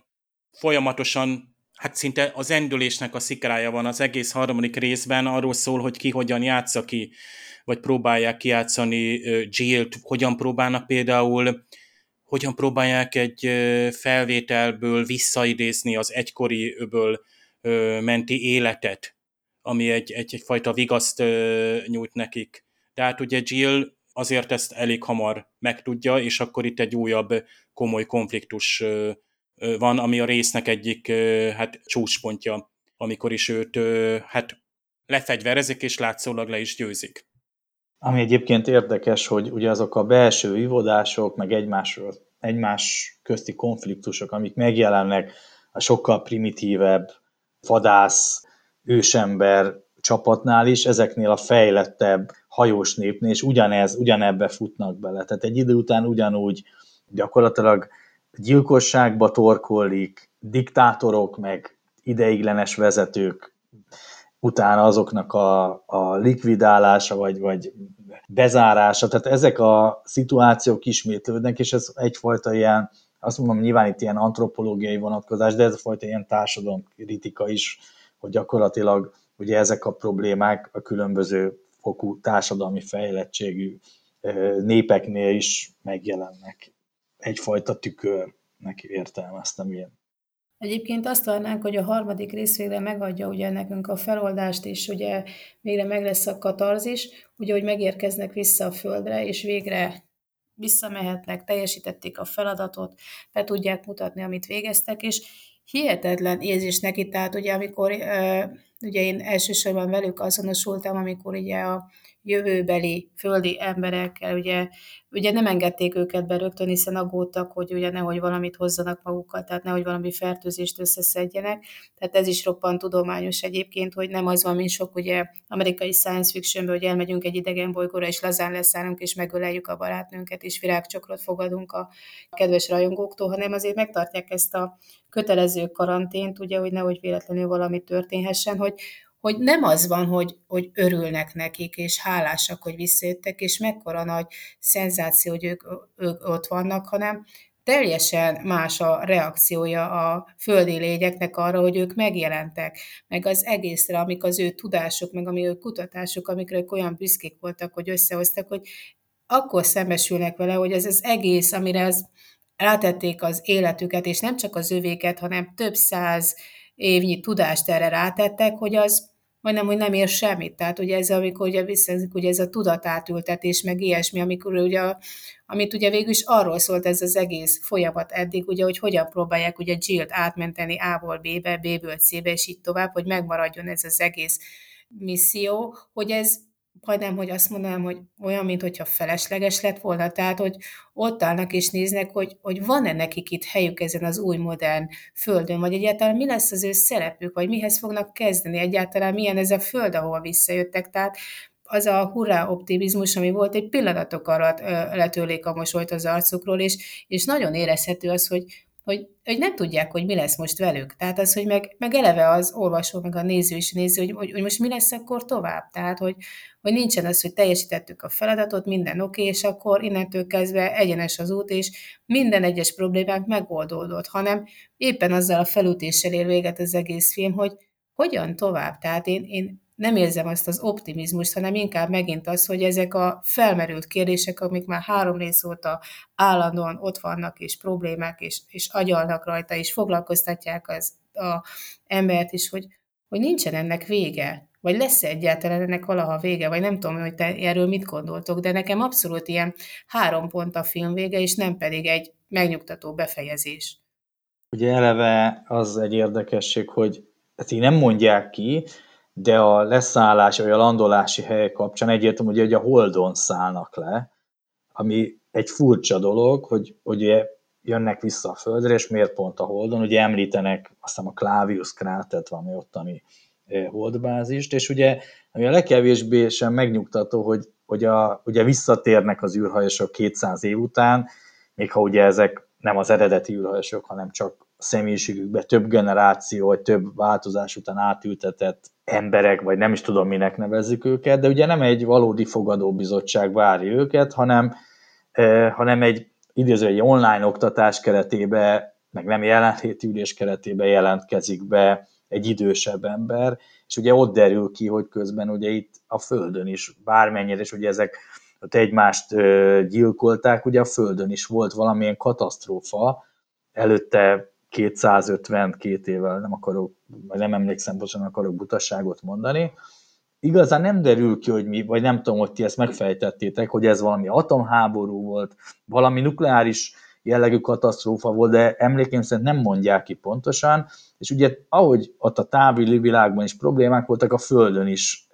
folyamatosan hát szinte az endülésnek a szikrája van az egész harmadik részben, arról szól, hogy ki hogyan játsza ki, vagy próbálják kijátszani Jill-t, hogyan próbálnak például, hogyan próbálják egy felvételből visszaidézni az egykori öböl menti életet, ami egy, egy, egyfajta vigaszt nyújt nekik. Tehát ugye Jill azért ezt elég hamar megtudja, és akkor itt egy újabb komoly konfliktus van, ami a résznek egyik hát, csúcspontja, amikor is őt hát, lefegyverezik, és látszólag le is győzik. Ami egyébként érdekes, hogy ugye azok a belső vívódások, meg egymásról, egymás közti konfliktusok, amik megjelennek a sokkal primitívebb vadász, ősember csapatnál is, ezeknél a fejlettebb hajós népnél, és ugyanez, ugyanebbe futnak bele. Tehát egy idő után ugyanúgy gyakorlatilag gyilkosságba torkollik, diktátorok, meg ideiglenes vezetők utána azoknak a, a likvidálása, vagy, vagy bezárása, tehát ezek a szituációk ismétlődnek, és ez egyfajta ilyen, azt mondom, nyilván itt ilyen antropológiai vonatkozás, de ez a fajta ilyen társadalomkritika is, hogy gyakorlatilag ugye ezek a problémák a különböző fokú társadalmi fejlettségű népeknél is megjelennek. Egyfajta tükörnek értelmeztem én. Egyébként azt várnánk, hogy a harmadik rész végre megadja ugye nekünk a feloldást, és ugye végre meg lesz a katarzis, ugye, hogy megérkeznek vissza a földre, és végre visszamehetnek, teljesítették a feladatot, be tudják mutatni, amit végeztek, és hihetetlen érzés neki, tehát ugye amikor, ugye én elsősorban velük azonosultam, amikor ugye a jövőbeli földi emberekkel, ugye, ugye nem engedték őket be rögtön, hiszen aggódtak, hogy ugye nehogy valamit hozzanak magukkal, tehát nehogy valami fertőzést összeszedjenek. Tehát ez is roppant tudományos egyébként, hogy nem az van, mint sok ugye amerikai science fictionből, hogy elmegyünk egy idegen bolygóra, és lazán leszállunk, és megöleljük a barátnőnket, és virágcsokrot fogadunk a kedves rajongóktól, hanem azért megtartják ezt a kötelező karantént, ugye, hogy nehogy véletlenül valami történhessen, hogy, hogy nem az van, hogy, hogy örülnek nekik, és hálásak, hogy visszajöttek, és mekkora nagy szenzáció, hogy ők, ők ott vannak, hanem teljesen más a reakciója a földi lényeknek arra, hogy ők megjelentek, meg az egészre, amik az ő tudásuk, meg ami ő kutatásuk, amikre ők olyan büszkék voltak, hogy összehoztak, hogy akkor szembesülnek vele, hogy ez az egész, amire az rátették az életüket, és nem csak az övéket, hanem több száz évnyi tudást erre rátettek, hogy az majdnem, hogy nem ér semmit. Tehát ugye ez, amikor ugye visszazik, ugye ez a tudatátültetés, meg ilyesmi, amikor ugye, amit ugye végül is arról szólt ez az egész folyamat eddig, ugye, hogy hogyan próbálják ugye Jill-t átmenteni A-ból B-be, B-ből C-be, és így tovább, hogy megmaradjon ez az egész misszió, hogy ez majdnem, hogy azt mondanám, hogy olyan, mintha felesleges lett volna, tehát, hogy ott állnak és néznek, hogy, hogy van-e nekik itt helyük ezen az új modern földön, vagy egyáltalán mi lesz az ő szerepük, vagy mihez fognak kezdeni, egyáltalán milyen ez a föld, ahol visszajöttek, tehát az a hurrá optimizmus, ami volt, egy pillanatok alatt letőlék a mosolyt az arcukról, és, és nagyon érezhető az, hogy, hogy, hogy nem tudják, hogy mi lesz most velük. Tehát az, hogy meg, meg eleve az olvasó, meg a néző is néző, hogy, hogy, hogy most mi lesz akkor tovább. Tehát, hogy, hogy nincsen az, hogy teljesítettük a feladatot, minden oké, és akkor innentől kezdve egyenes az út, és minden egyes problémánk megoldódott, hanem éppen azzal a felütéssel ér véget az egész film, hogy hogyan tovább. Tehát én, én nem érzem azt az optimizmust, hanem inkább megint az, hogy ezek a felmerült kérdések, amik már három rész óta állandóan ott vannak, és problémák, és, és agyalnak rajta, és foglalkoztatják az a embert is, hogy, hogy nincsen ennek vége, vagy lesz egyáltalán ennek valaha vége, vagy nem tudom, hogy te erről mit gondoltok, de nekem abszolút ilyen három pont a film vége, és nem pedig egy megnyugtató befejezés. Ugye eleve az egy érdekesség, hogy ezt így nem mondják ki, de a leszállás vagy a landolási hely kapcsán egyértelmű, hogy a Holdon szállnak le, ami egy furcsa dolog, hogy ugye jönnek vissza a Földre, és miért pont a Holdon, ugye említenek azt hiszem a Clavius krátert, valami ottani holdbázist, és ugye ami a legkevésbé sem megnyugtató, hogy, hogy a, ugye visszatérnek az űrhajósok kétszáz év után, még ha ugye ezek nem az eredeti űrhajósok, hanem csak személyiségükbe több generáció, vagy több változás után átültetett emberek, vagy nem is tudom, minek nevezzük őket, de ugye nem egy valódi fogadóbizottság várja őket, hanem, eh, hanem egy idéző egy online oktatás keretében, meg nem jelenléti ülés keretében jelentkezik be egy idősebb ember, és ugye ott derül ki, hogy közben ugye itt a Földön is bármennyire, és ugye ezek ott egymást gyilkolták, ugye a Földön is volt valamilyen katasztrófa, előtte kétszázötvenkét évvel, nem akarok, vagy nem emlékszem, bocsánat, akarok butaságot mondani. Igazán nem derül ki, hogy mi, vagy nem tudom, hogy ti ezt megfejtettétek, hogy ez valami atomháború volt, valami nukleáris jellegű katasztrófa volt, de emlékeim szerint nem mondják ki pontosan, és ugye ahogy ott a távoli világban is problémák voltak, a Földön is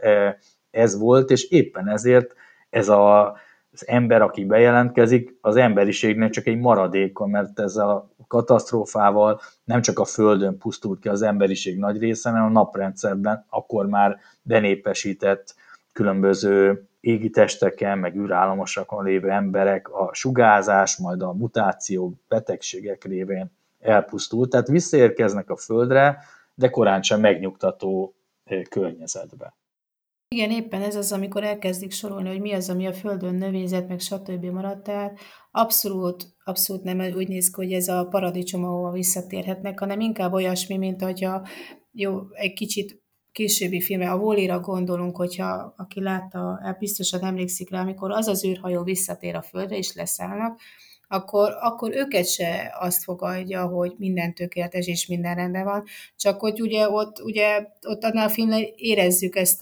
ez volt, és éppen ezért ez a, az ember, aki bejelentkezik, az emberiségnek csak egy maradéka, mert ez a katasztrófával nem csak a Földön pusztult ki az emberiség nagy része, hanem a naprendszerben akkor már benépesített különböző égi testeken, meg űrállamosakon lévő emberek a sugárzás, majd a mutáció, betegségek révén elpusztult. Tehát visszaérkeznek a Földre, de korán sem megnyugtató környezetbe. Igen, éppen ez az, amikor elkezdik sorolni, hogy mi az, ami a Földön növényzet, meg stb. Maradt, tehát abszolút, abszolút nem úgy néz ki, hogy ez a paradicsom, ahova visszatérhetnek, hanem inkább olyasmi, mint hogyha jó, egy kicsit későbbi filmre, a Wall-E-ra gondolunk, hogyha aki látta, biztosan emlékszik rá, amikor az az űrhajó visszatér a Földre, és leszállnak, akkor, akkor őket se azt fogadja, hogy minden tökéletes és minden rendben van, csak hogy ugye ott, ugye, ott annál a filmnél érezzük ezt a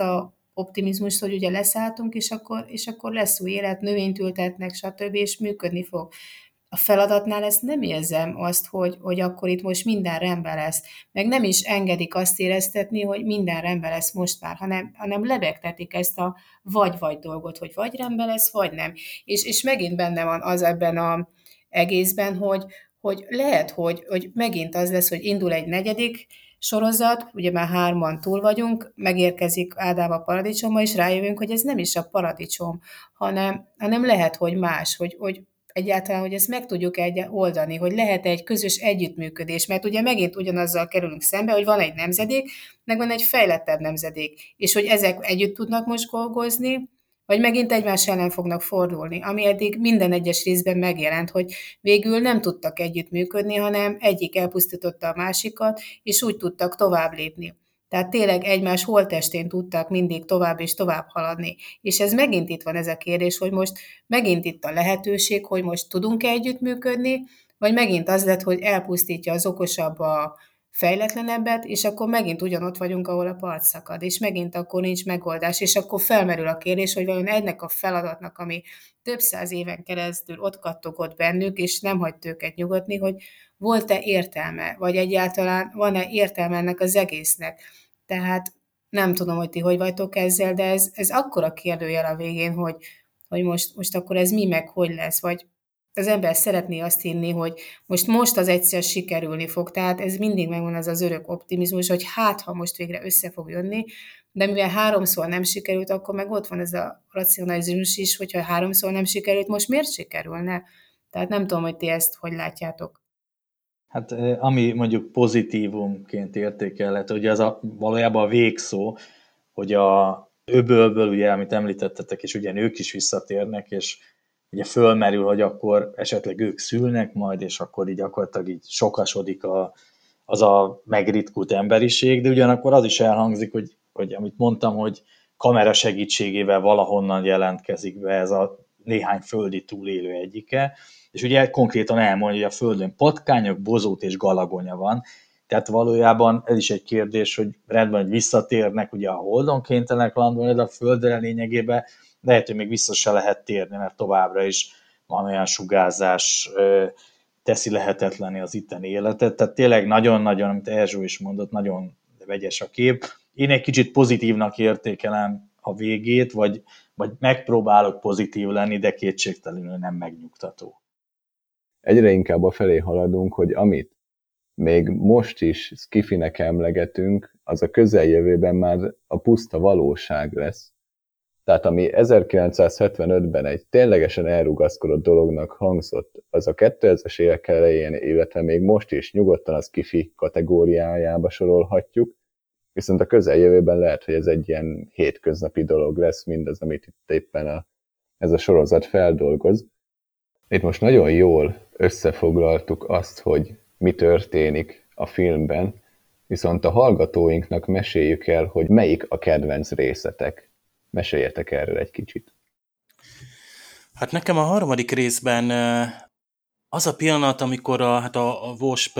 optimizmust, hogy ugye leszálltunk, és akkor, és akkor lesz új élet, növényt ültetnek, stb., és működni fog. A feladatnál ezt nem érzem azt, hogy, hogy akkor itt most minden rendben lesz. Meg nem is engedik azt éreztetni, hogy minden rendben lesz most már, hanem, hanem lebegtetik ezt a vagy-vagy dolgot, hogy vagy rendben lesz, vagy nem. És, és megint benne van az ebben az egészben, hogy, hogy lehet, hogy, hogy megint az lesz, hogy indul egy negyedik sorozat, ugye már hárman túl vagyunk, megérkezik Ádám a paradicsomba, és rájövünk, hogy ez nem is a paradicsom, hanem, hanem lehet, hogy más, hogy, hogy egyáltalán, hogy ezt meg tudjuk egy oldani, hogy lehet egy közös együttműködés, mert ugye megint ugyanazzal kerülünk szembe, hogy van egy nemzedék, meg van egy fejlettebb nemzedék, és hogy ezek együtt tudnak most dolgozni, vagy megint egymás ellen fognak fordulni, ami eddig minden egyes részben megjelent, hogy végül nem tudtak együttműködni, hanem egyik elpusztította a másikat, és úgy tudtak tovább lépni. Tehát tényleg egymás holttestén tudtak mindig tovább és tovább haladni. És ez megint itt van ez a kérdés, hogy most megint itt a lehetőség, hogy most tudunk-e együttműködni, vagy megint az lett, hogy elpusztítja az okosabb a fejletlenebbet, és akkor megint ugyanott vagyunk, ahol a part szakad, és megint akkor nincs megoldás, és akkor felmerül a kérdés, hogy vajon ennek a feladatnak, ami több száz éven keresztül ott kattogott bennük, és nem hagyt őket nyugodni, hogy volt-e értelme, vagy egyáltalán van-e értelme ennek az egésznek. Tehát nem tudom, hogy ti hogy vagytok ezzel, de ez, ez akkora kérdőjel a végén, hogy, hogy most, most akkor ez mi meg hogy lesz, vagy az ember szeretné azt hinni, hogy most most az egyszer sikerülni fog, tehát ez mindig megvan az az örök optimizmus, hogy hát, ha most végre össze fog jönni, de mivel háromszor nem sikerült, akkor meg ott van ez a racionalizmus is, hogyha háromszor nem sikerült, most miért sikerülne? Tehát nem tudom, hogy ti ezt hogy látjátok. Hát ami mondjuk pozitívumként értékelhető, ugye az a, valójában a végszó, hogy a öbölből, ugye, amit említettetek, és ugye ők is visszatérnek, és ugye fölmerül, hogy akkor esetleg ők szülnek majd, és akkor így gyakorlatilag így sokasodik a, az a megritkult emberiség, de ugyanakkor az is elhangzik, hogy, hogy amit mondtam, hogy kamera segítségével valahonnan jelentkezik be ez a néhány földi túlélő egyike, és ugye konkrétan elmondja, hogy a Földön patkányok, bozót és galagonya van, tehát valójában ez is egy kérdés, hogy rendben, hogy visszatérnek, ugye a Holdon kénytelenek landolni, de a Földre lényegében lehet, hogy még vissza se lehet térni, mert továbbra is van olyan sugárzás, teszi lehetetlenné az itteni életet, tehát tényleg nagyon-nagyon, amit Erzsó is mondott, nagyon vegyes a kép. Én egy kicsit pozitívnak értékelem a végét, vagy, vagy megpróbálok pozitív lenni, de kétségtelenül nem megnyugtató. Egyre inkább a felé haladunk, hogy amit még most is skifinek emlegetünk, az a közeljövőben már a puszta valóság lesz. Tehát ami ezerkilencszázhetvenötben egy ténylegesen elrugaszkodott dolognak hangzott, az a kétezres évek elején, illetve még most is nyugodtan a skifi kategóriájába sorolhatjuk, viszont a közeljövőben lehet, hogy ez egy ilyen hétköznapi dolog lesz, mindaz, amit itt éppen a, ez a sorozat feldolgoz. Itt most nagyon jól összefoglaltuk azt, hogy mi történik a filmben, viszont a hallgatóinknak meséljük el, hogy melyik a kedvenc részletek. Meséljetek erről egy kicsit. Hát nekem a harmadik részben az a pillanat, amikor a, hát a, a Wasp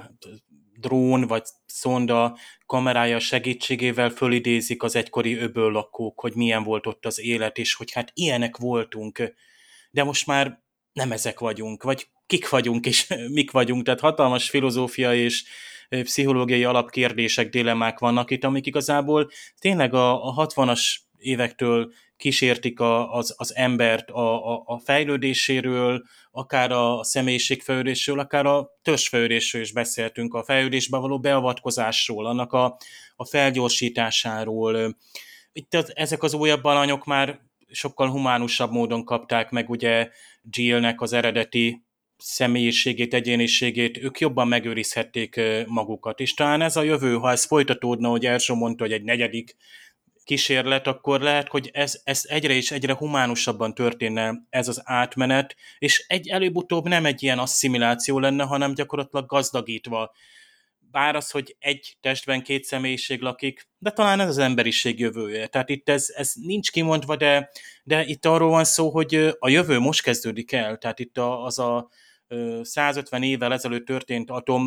drón vagy szonda kamerája segítségével fölidézik az egykori öböl lakók, hogy milyen volt ott az élet, és hogy hát ilyenek voltunk, de most már nem ezek vagyunk, vagy kik vagyunk, és mik vagyunk, tehát hatalmas filozófia és pszichológiai alapkérdések, dilemmák vannak itt, amik igazából tényleg a, a hatvanas évektől kísértik a, az, az embert a, a, a fejlődéséről, akár a személyiségfejlődésről, akár a törzsfejlődésről is beszéltünk, a fejlődésbe való beavatkozásról, annak a, a felgyorsításáról. Itt az, ezek az újabb alanyok már sokkal humánusabb módon kapták meg ugye Jillnek az eredeti személyiségét, egyéniségét, ők jobban megőrizhették magukat. És talán ez a jövő, ha ez folytatódna, hogy Erzsó mondta, hogy egy negyedik kísérlet, akkor lehet, hogy ez, ez egyre és egyre humánusabban történne ez az átmenet, és egy előbb-utóbb nem egy ilyen asszimiláció lenne, hanem gyakorlatilag gazdagítva. Bár az, hogy egy testben két személyiség lakik, de talán ez az emberiség jövője. Tehát itt ez, ez nincs kimondva, de, de itt arról van szó, hogy a jövő most kezdődik el. Tehát itt az a százötven évvel ezelőtt történt atom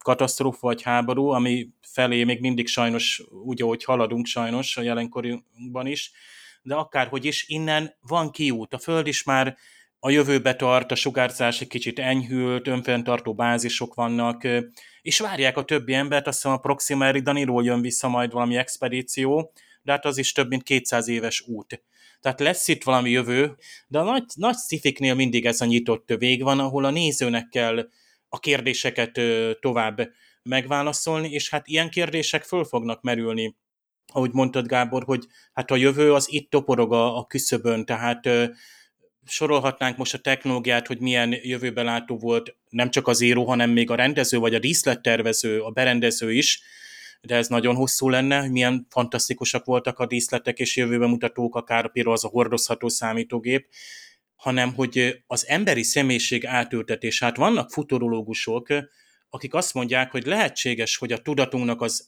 katasztrófa vagy háború, ami felé még mindig sajnos úgy, ahogy haladunk sajnos a jelenkorunkban is, de akárhogy is, innen van kiút. A Föld is már a jövőbe tart, a sugárzás egy kicsit enyhült, önfenntartó bázisok vannak, és várják a többi embert, azt hiszem a Proxima Eridaniról jön vissza majd valami expedíció, de hát az is több mint kétszáz éves út. Tehát lesz itt valami jövő, de a nagy, nagy sci-fiknél mindig ez a nyitott vég van, ahol a nézőnek kell a kérdéseket tovább megválaszolni, és hát ilyen kérdések föl fognak merülni, ahogy mondtad, Gábor, hogy hát a jövő az itt toporog a, a küszöbön, tehát ö, sorolhatnánk most a technológiát, hogy milyen jövőbe látó volt nem csak az író, hanem még a rendező, vagy a díszlettervező, a berendező is, de ez nagyon hosszú lenne, hogy milyen fantasztikusak voltak a díszletek és jövőbe mutatók, akár például az a hordozható számítógép, hanem hogy az emberi személyiség átültetés. Hát vannak futurológusok, akik azt mondják, hogy lehetséges, hogy a tudatunknak az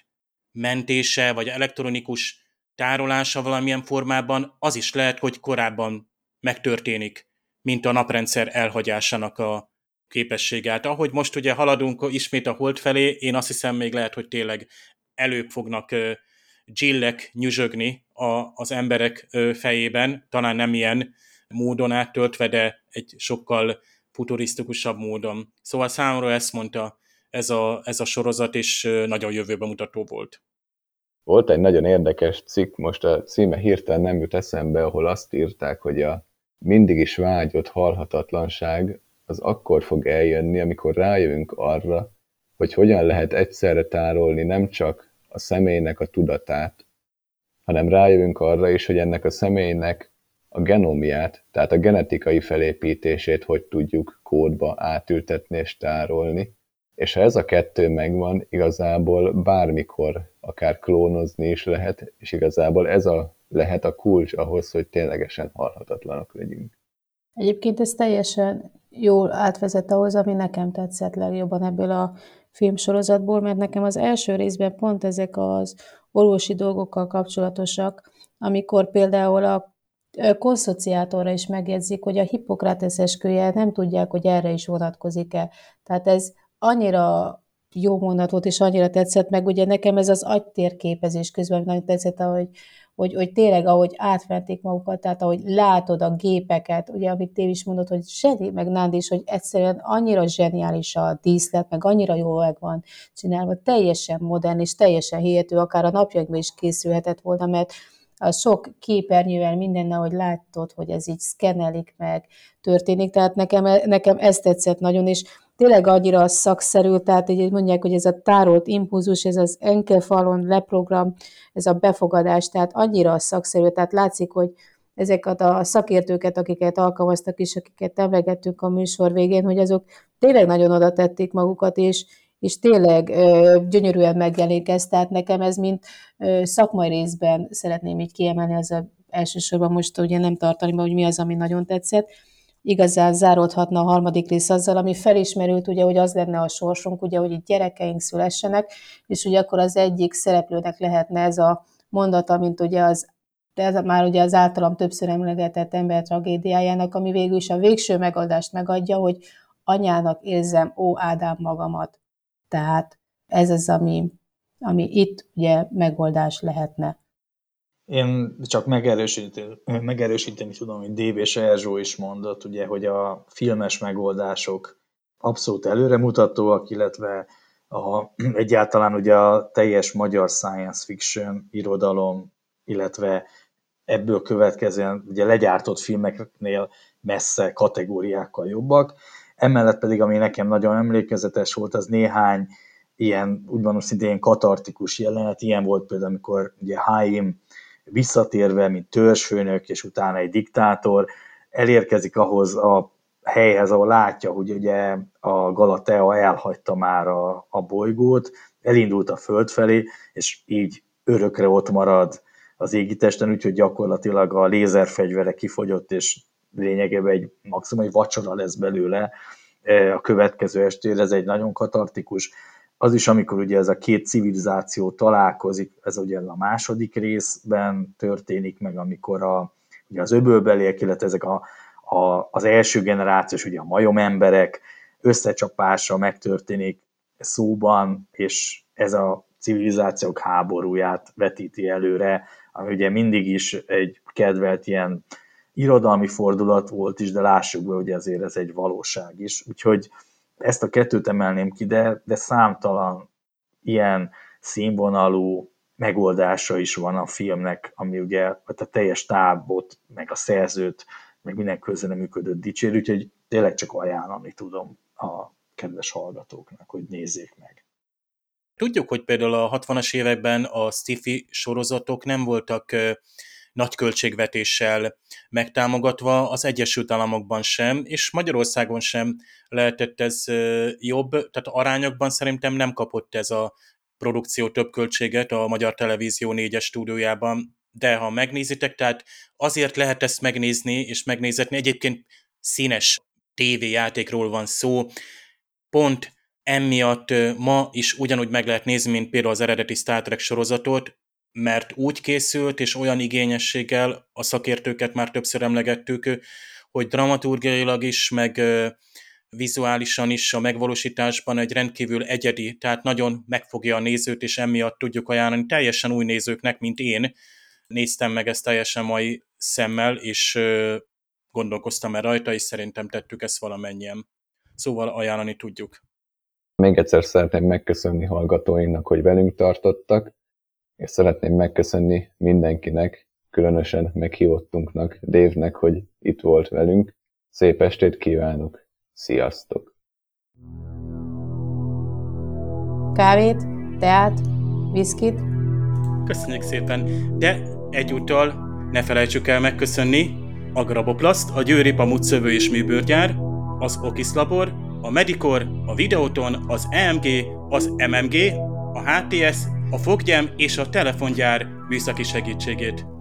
átmentése, vagy elektronikus tárolása valamilyen formában, az is lehet, hogy korábban megtörténik, mint a naprendszer elhagyásának a képessége. Hát ahogy most ugye haladunk ismét a hold felé, én azt hiszem még lehet, hogy tényleg előbb fognak dzsillek nyüzsögni az emberek fejében, talán nem ilyen módon áttöltve, de egy sokkal futurisztikusabb módon. Szóval számomra ezt mondta ez a, ez a sorozat, és nagyon jövőbe mutató volt. Volt egy nagyon érdekes cikk, most a címe hirtelen nem jut eszembe, ahol azt írták, hogy a mindig is vágyott halhatatlanság az akkor fog eljönni, amikor rájövünk arra, hogy hogyan lehet egyszerre tárolni nem csak a személynek a tudatát, hanem rájövünk arra is, hogy ennek a személynek a genomját, tehát a genetikai felépítését hogy tudjuk kódba átültetni és tárolni. És ha ez a kettő megvan, igazából bármikor akár klónozni is lehet, és igazából ez a, lehet a kulcs ahhoz, hogy ténylegesen halhatatlanok legyünk. Egyébként ez teljesen jól átvezet ahhoz, ami nekem tetszett legjobban ebből a filmsorozatból, mert nekem az első részben pont ezek az orvosi dolgokkal kapcsolatosak, amikor például a konszociátorra is megjegyzik, hogy a Hippokrates esküje nem tudják, hogy erre is vonatkozik-e. Tehát ez annyira jó mondat volt, és annyira tetszett, meg ugye nekem ez az agytérképezés közben nagyon tetszett, ahogy, hogy, hogy tényleg, ahogy átvették magukat, tehát ahogy látod a gépeket, ugye, amit Tév is mondott, hogy zseni, meg Nándi is, hogy egyszerűen annyira zseniális a díszlet, meg annyira jól meg van csinálva, teljesen modern, és teljesen hihető, akár a napjainkban is készülhetett volna, mert a sok képernyővel mindennel, hogy látod, hogy ez így szkennelik meg, történik, tehát nekem, nekem ez tetszett nagyon, és tényleg annyira szakszerű, tehát így mondják, hogy ez a tárolt impulzus, ez az enkefalon leprogram, ez a befogadás, tehát annyira szakszerű, tehát látszik, hogy ezeket a szakértőket, akiket alkalmaztak és akiket emlegettünk a műsor végén, hogy azok tényleg nagyon oda tették magukat, és, és tényleg ö, gyönyörűen megjelenik ez, tehát nekem ez mint ö, szakmai részben szeretném így kiemelni, az a elsősorban most ugye nem tartani, hogy mi az, ami nagyon tetszett. Igazán záródhatna a harmadik rész azzal, ami felismerült, ugye, hogy az lenne a sorsunk, ugye, hogy itt gyerekeink szülessenek, és ugye akkor az egyik szereplőnek lehetne ez a mondata, mint ugye az, ez már ugye az általam többször emlegetett ember tragédiájának, ami végül is a végső megoldást megadja, hogy anyának érzem, ó Ádám magamat. Tehát ez az, ami, ami itt ugye megoldás lehetne. Én csak megerősíteni, megerősíteni tudom, hogy Dév és Erzsó is mondott, ugye, hogy a filmes megoldások abszolút előremutatóak, illetve a, egyáltalán ugye a teljes magyar science fiction irodalom, illetve ebből következően ugye legyártott filmeknél messze kategóriákkal jobbak. Emellett pedig, ami nekem nagyon emlékezetes volt, az néhány ilyen, úgy mondom, szintén ilyen katartikus jelenet. Ilyen volt például, amikor ugye Haim visszatérve, mint törzsfőnök, és utána egy diktátor, elérkezik ahhoz a helyhez, ahol látja, hogy ugye a Galatea elhagyta már a, a bolygót, elindult a föld felé, és így örökre ott marad az égitesten, úgyhogy gyakorlatilag a lézerfegyvere kifogyott, és lényegében egy maximum egy vacsora lesz belőle a következő estére. Ez egy nagyon katartikus. Az is, amikor ugye ez a két civilizáció találkozik, ez ugye a második részben történik meg, amikor a, ugye az öbölbeliek, illetve ezek a, a, az első generációs, ugye a majom emberek összecsapása megtörténik szóban, és ez a civilizációk háborúját vetíti előre, ami ugye mindig is egy kedvelt ilyen irodalmi fordulat volt is, de lássuk be, hogy ezért ez egy valóság is. Úgyhogy ezt a kettőt emelném ki, de, de számtalan ilyen színvonalú megoldása is van a filmnek, ami ugye a teljes tábot, meg a szerzőt, meg minden közreműködött dicsér, úgyhogy tényleg csak ajánlani tudom a kedves hallgatóknak, hogy nézzék meg. Tudjuk, hogy például a hatvanas években a sci-fi sorozatok nem voltak ö, nagy költségvetéssel megtámogatva, az Egyesült Államokban sem, és Magyarországon sem lehetett ez ö, jobb, tehát arányokban szerintem nem kapott ez a produkció több költséget a Magyar Televízió négyes stúdiójában, de ha megnézitek, tehát azért lehet ezt megnézni és megnézetni, egyébként színes tévéjátékról van szó, pont emiatt ma is ugyanúgy meg lehet nézni, mint például az eredeti Star Trek sorozatot, mert úgy készült, és olyan igényességgel, a szakértőket már többször emlegettük, hogy dramaturgiailag is, meg vizuálisan is a megvalósításban egy rendkívül egyedi, tehát nagyon megfogja a nézőt, és emiatt tudjuk ajánlani teljesen új nézőknek, mint én. Néztem meg ezt teljesen mai szemmel, és gondolkoztam el rajta, és szerintem tettük ezt valamennyien. Szóval ajánlani tudjuk. Még egyszer szeretném megköszönni hallgatóinknak, hogy velünk tartottak, és szeretném megköszönni mindenkinek, különösen meghívottunknak, Dave-nek, hogy itt volt velünk. Szép estét kívánok! Sziasztok! Kávét, teát, viszkit. Köszönjük szépen, de egyúttal ne felejtsük el megköszönni a Graboplaszt, a Győri Pamut Szövő és Műbőrgyár, az Okis Labor, a Medikor, a Videoton, az E M G, az M M G, a H T S, a Foggyem és a Telefongyár műszaki segítségét.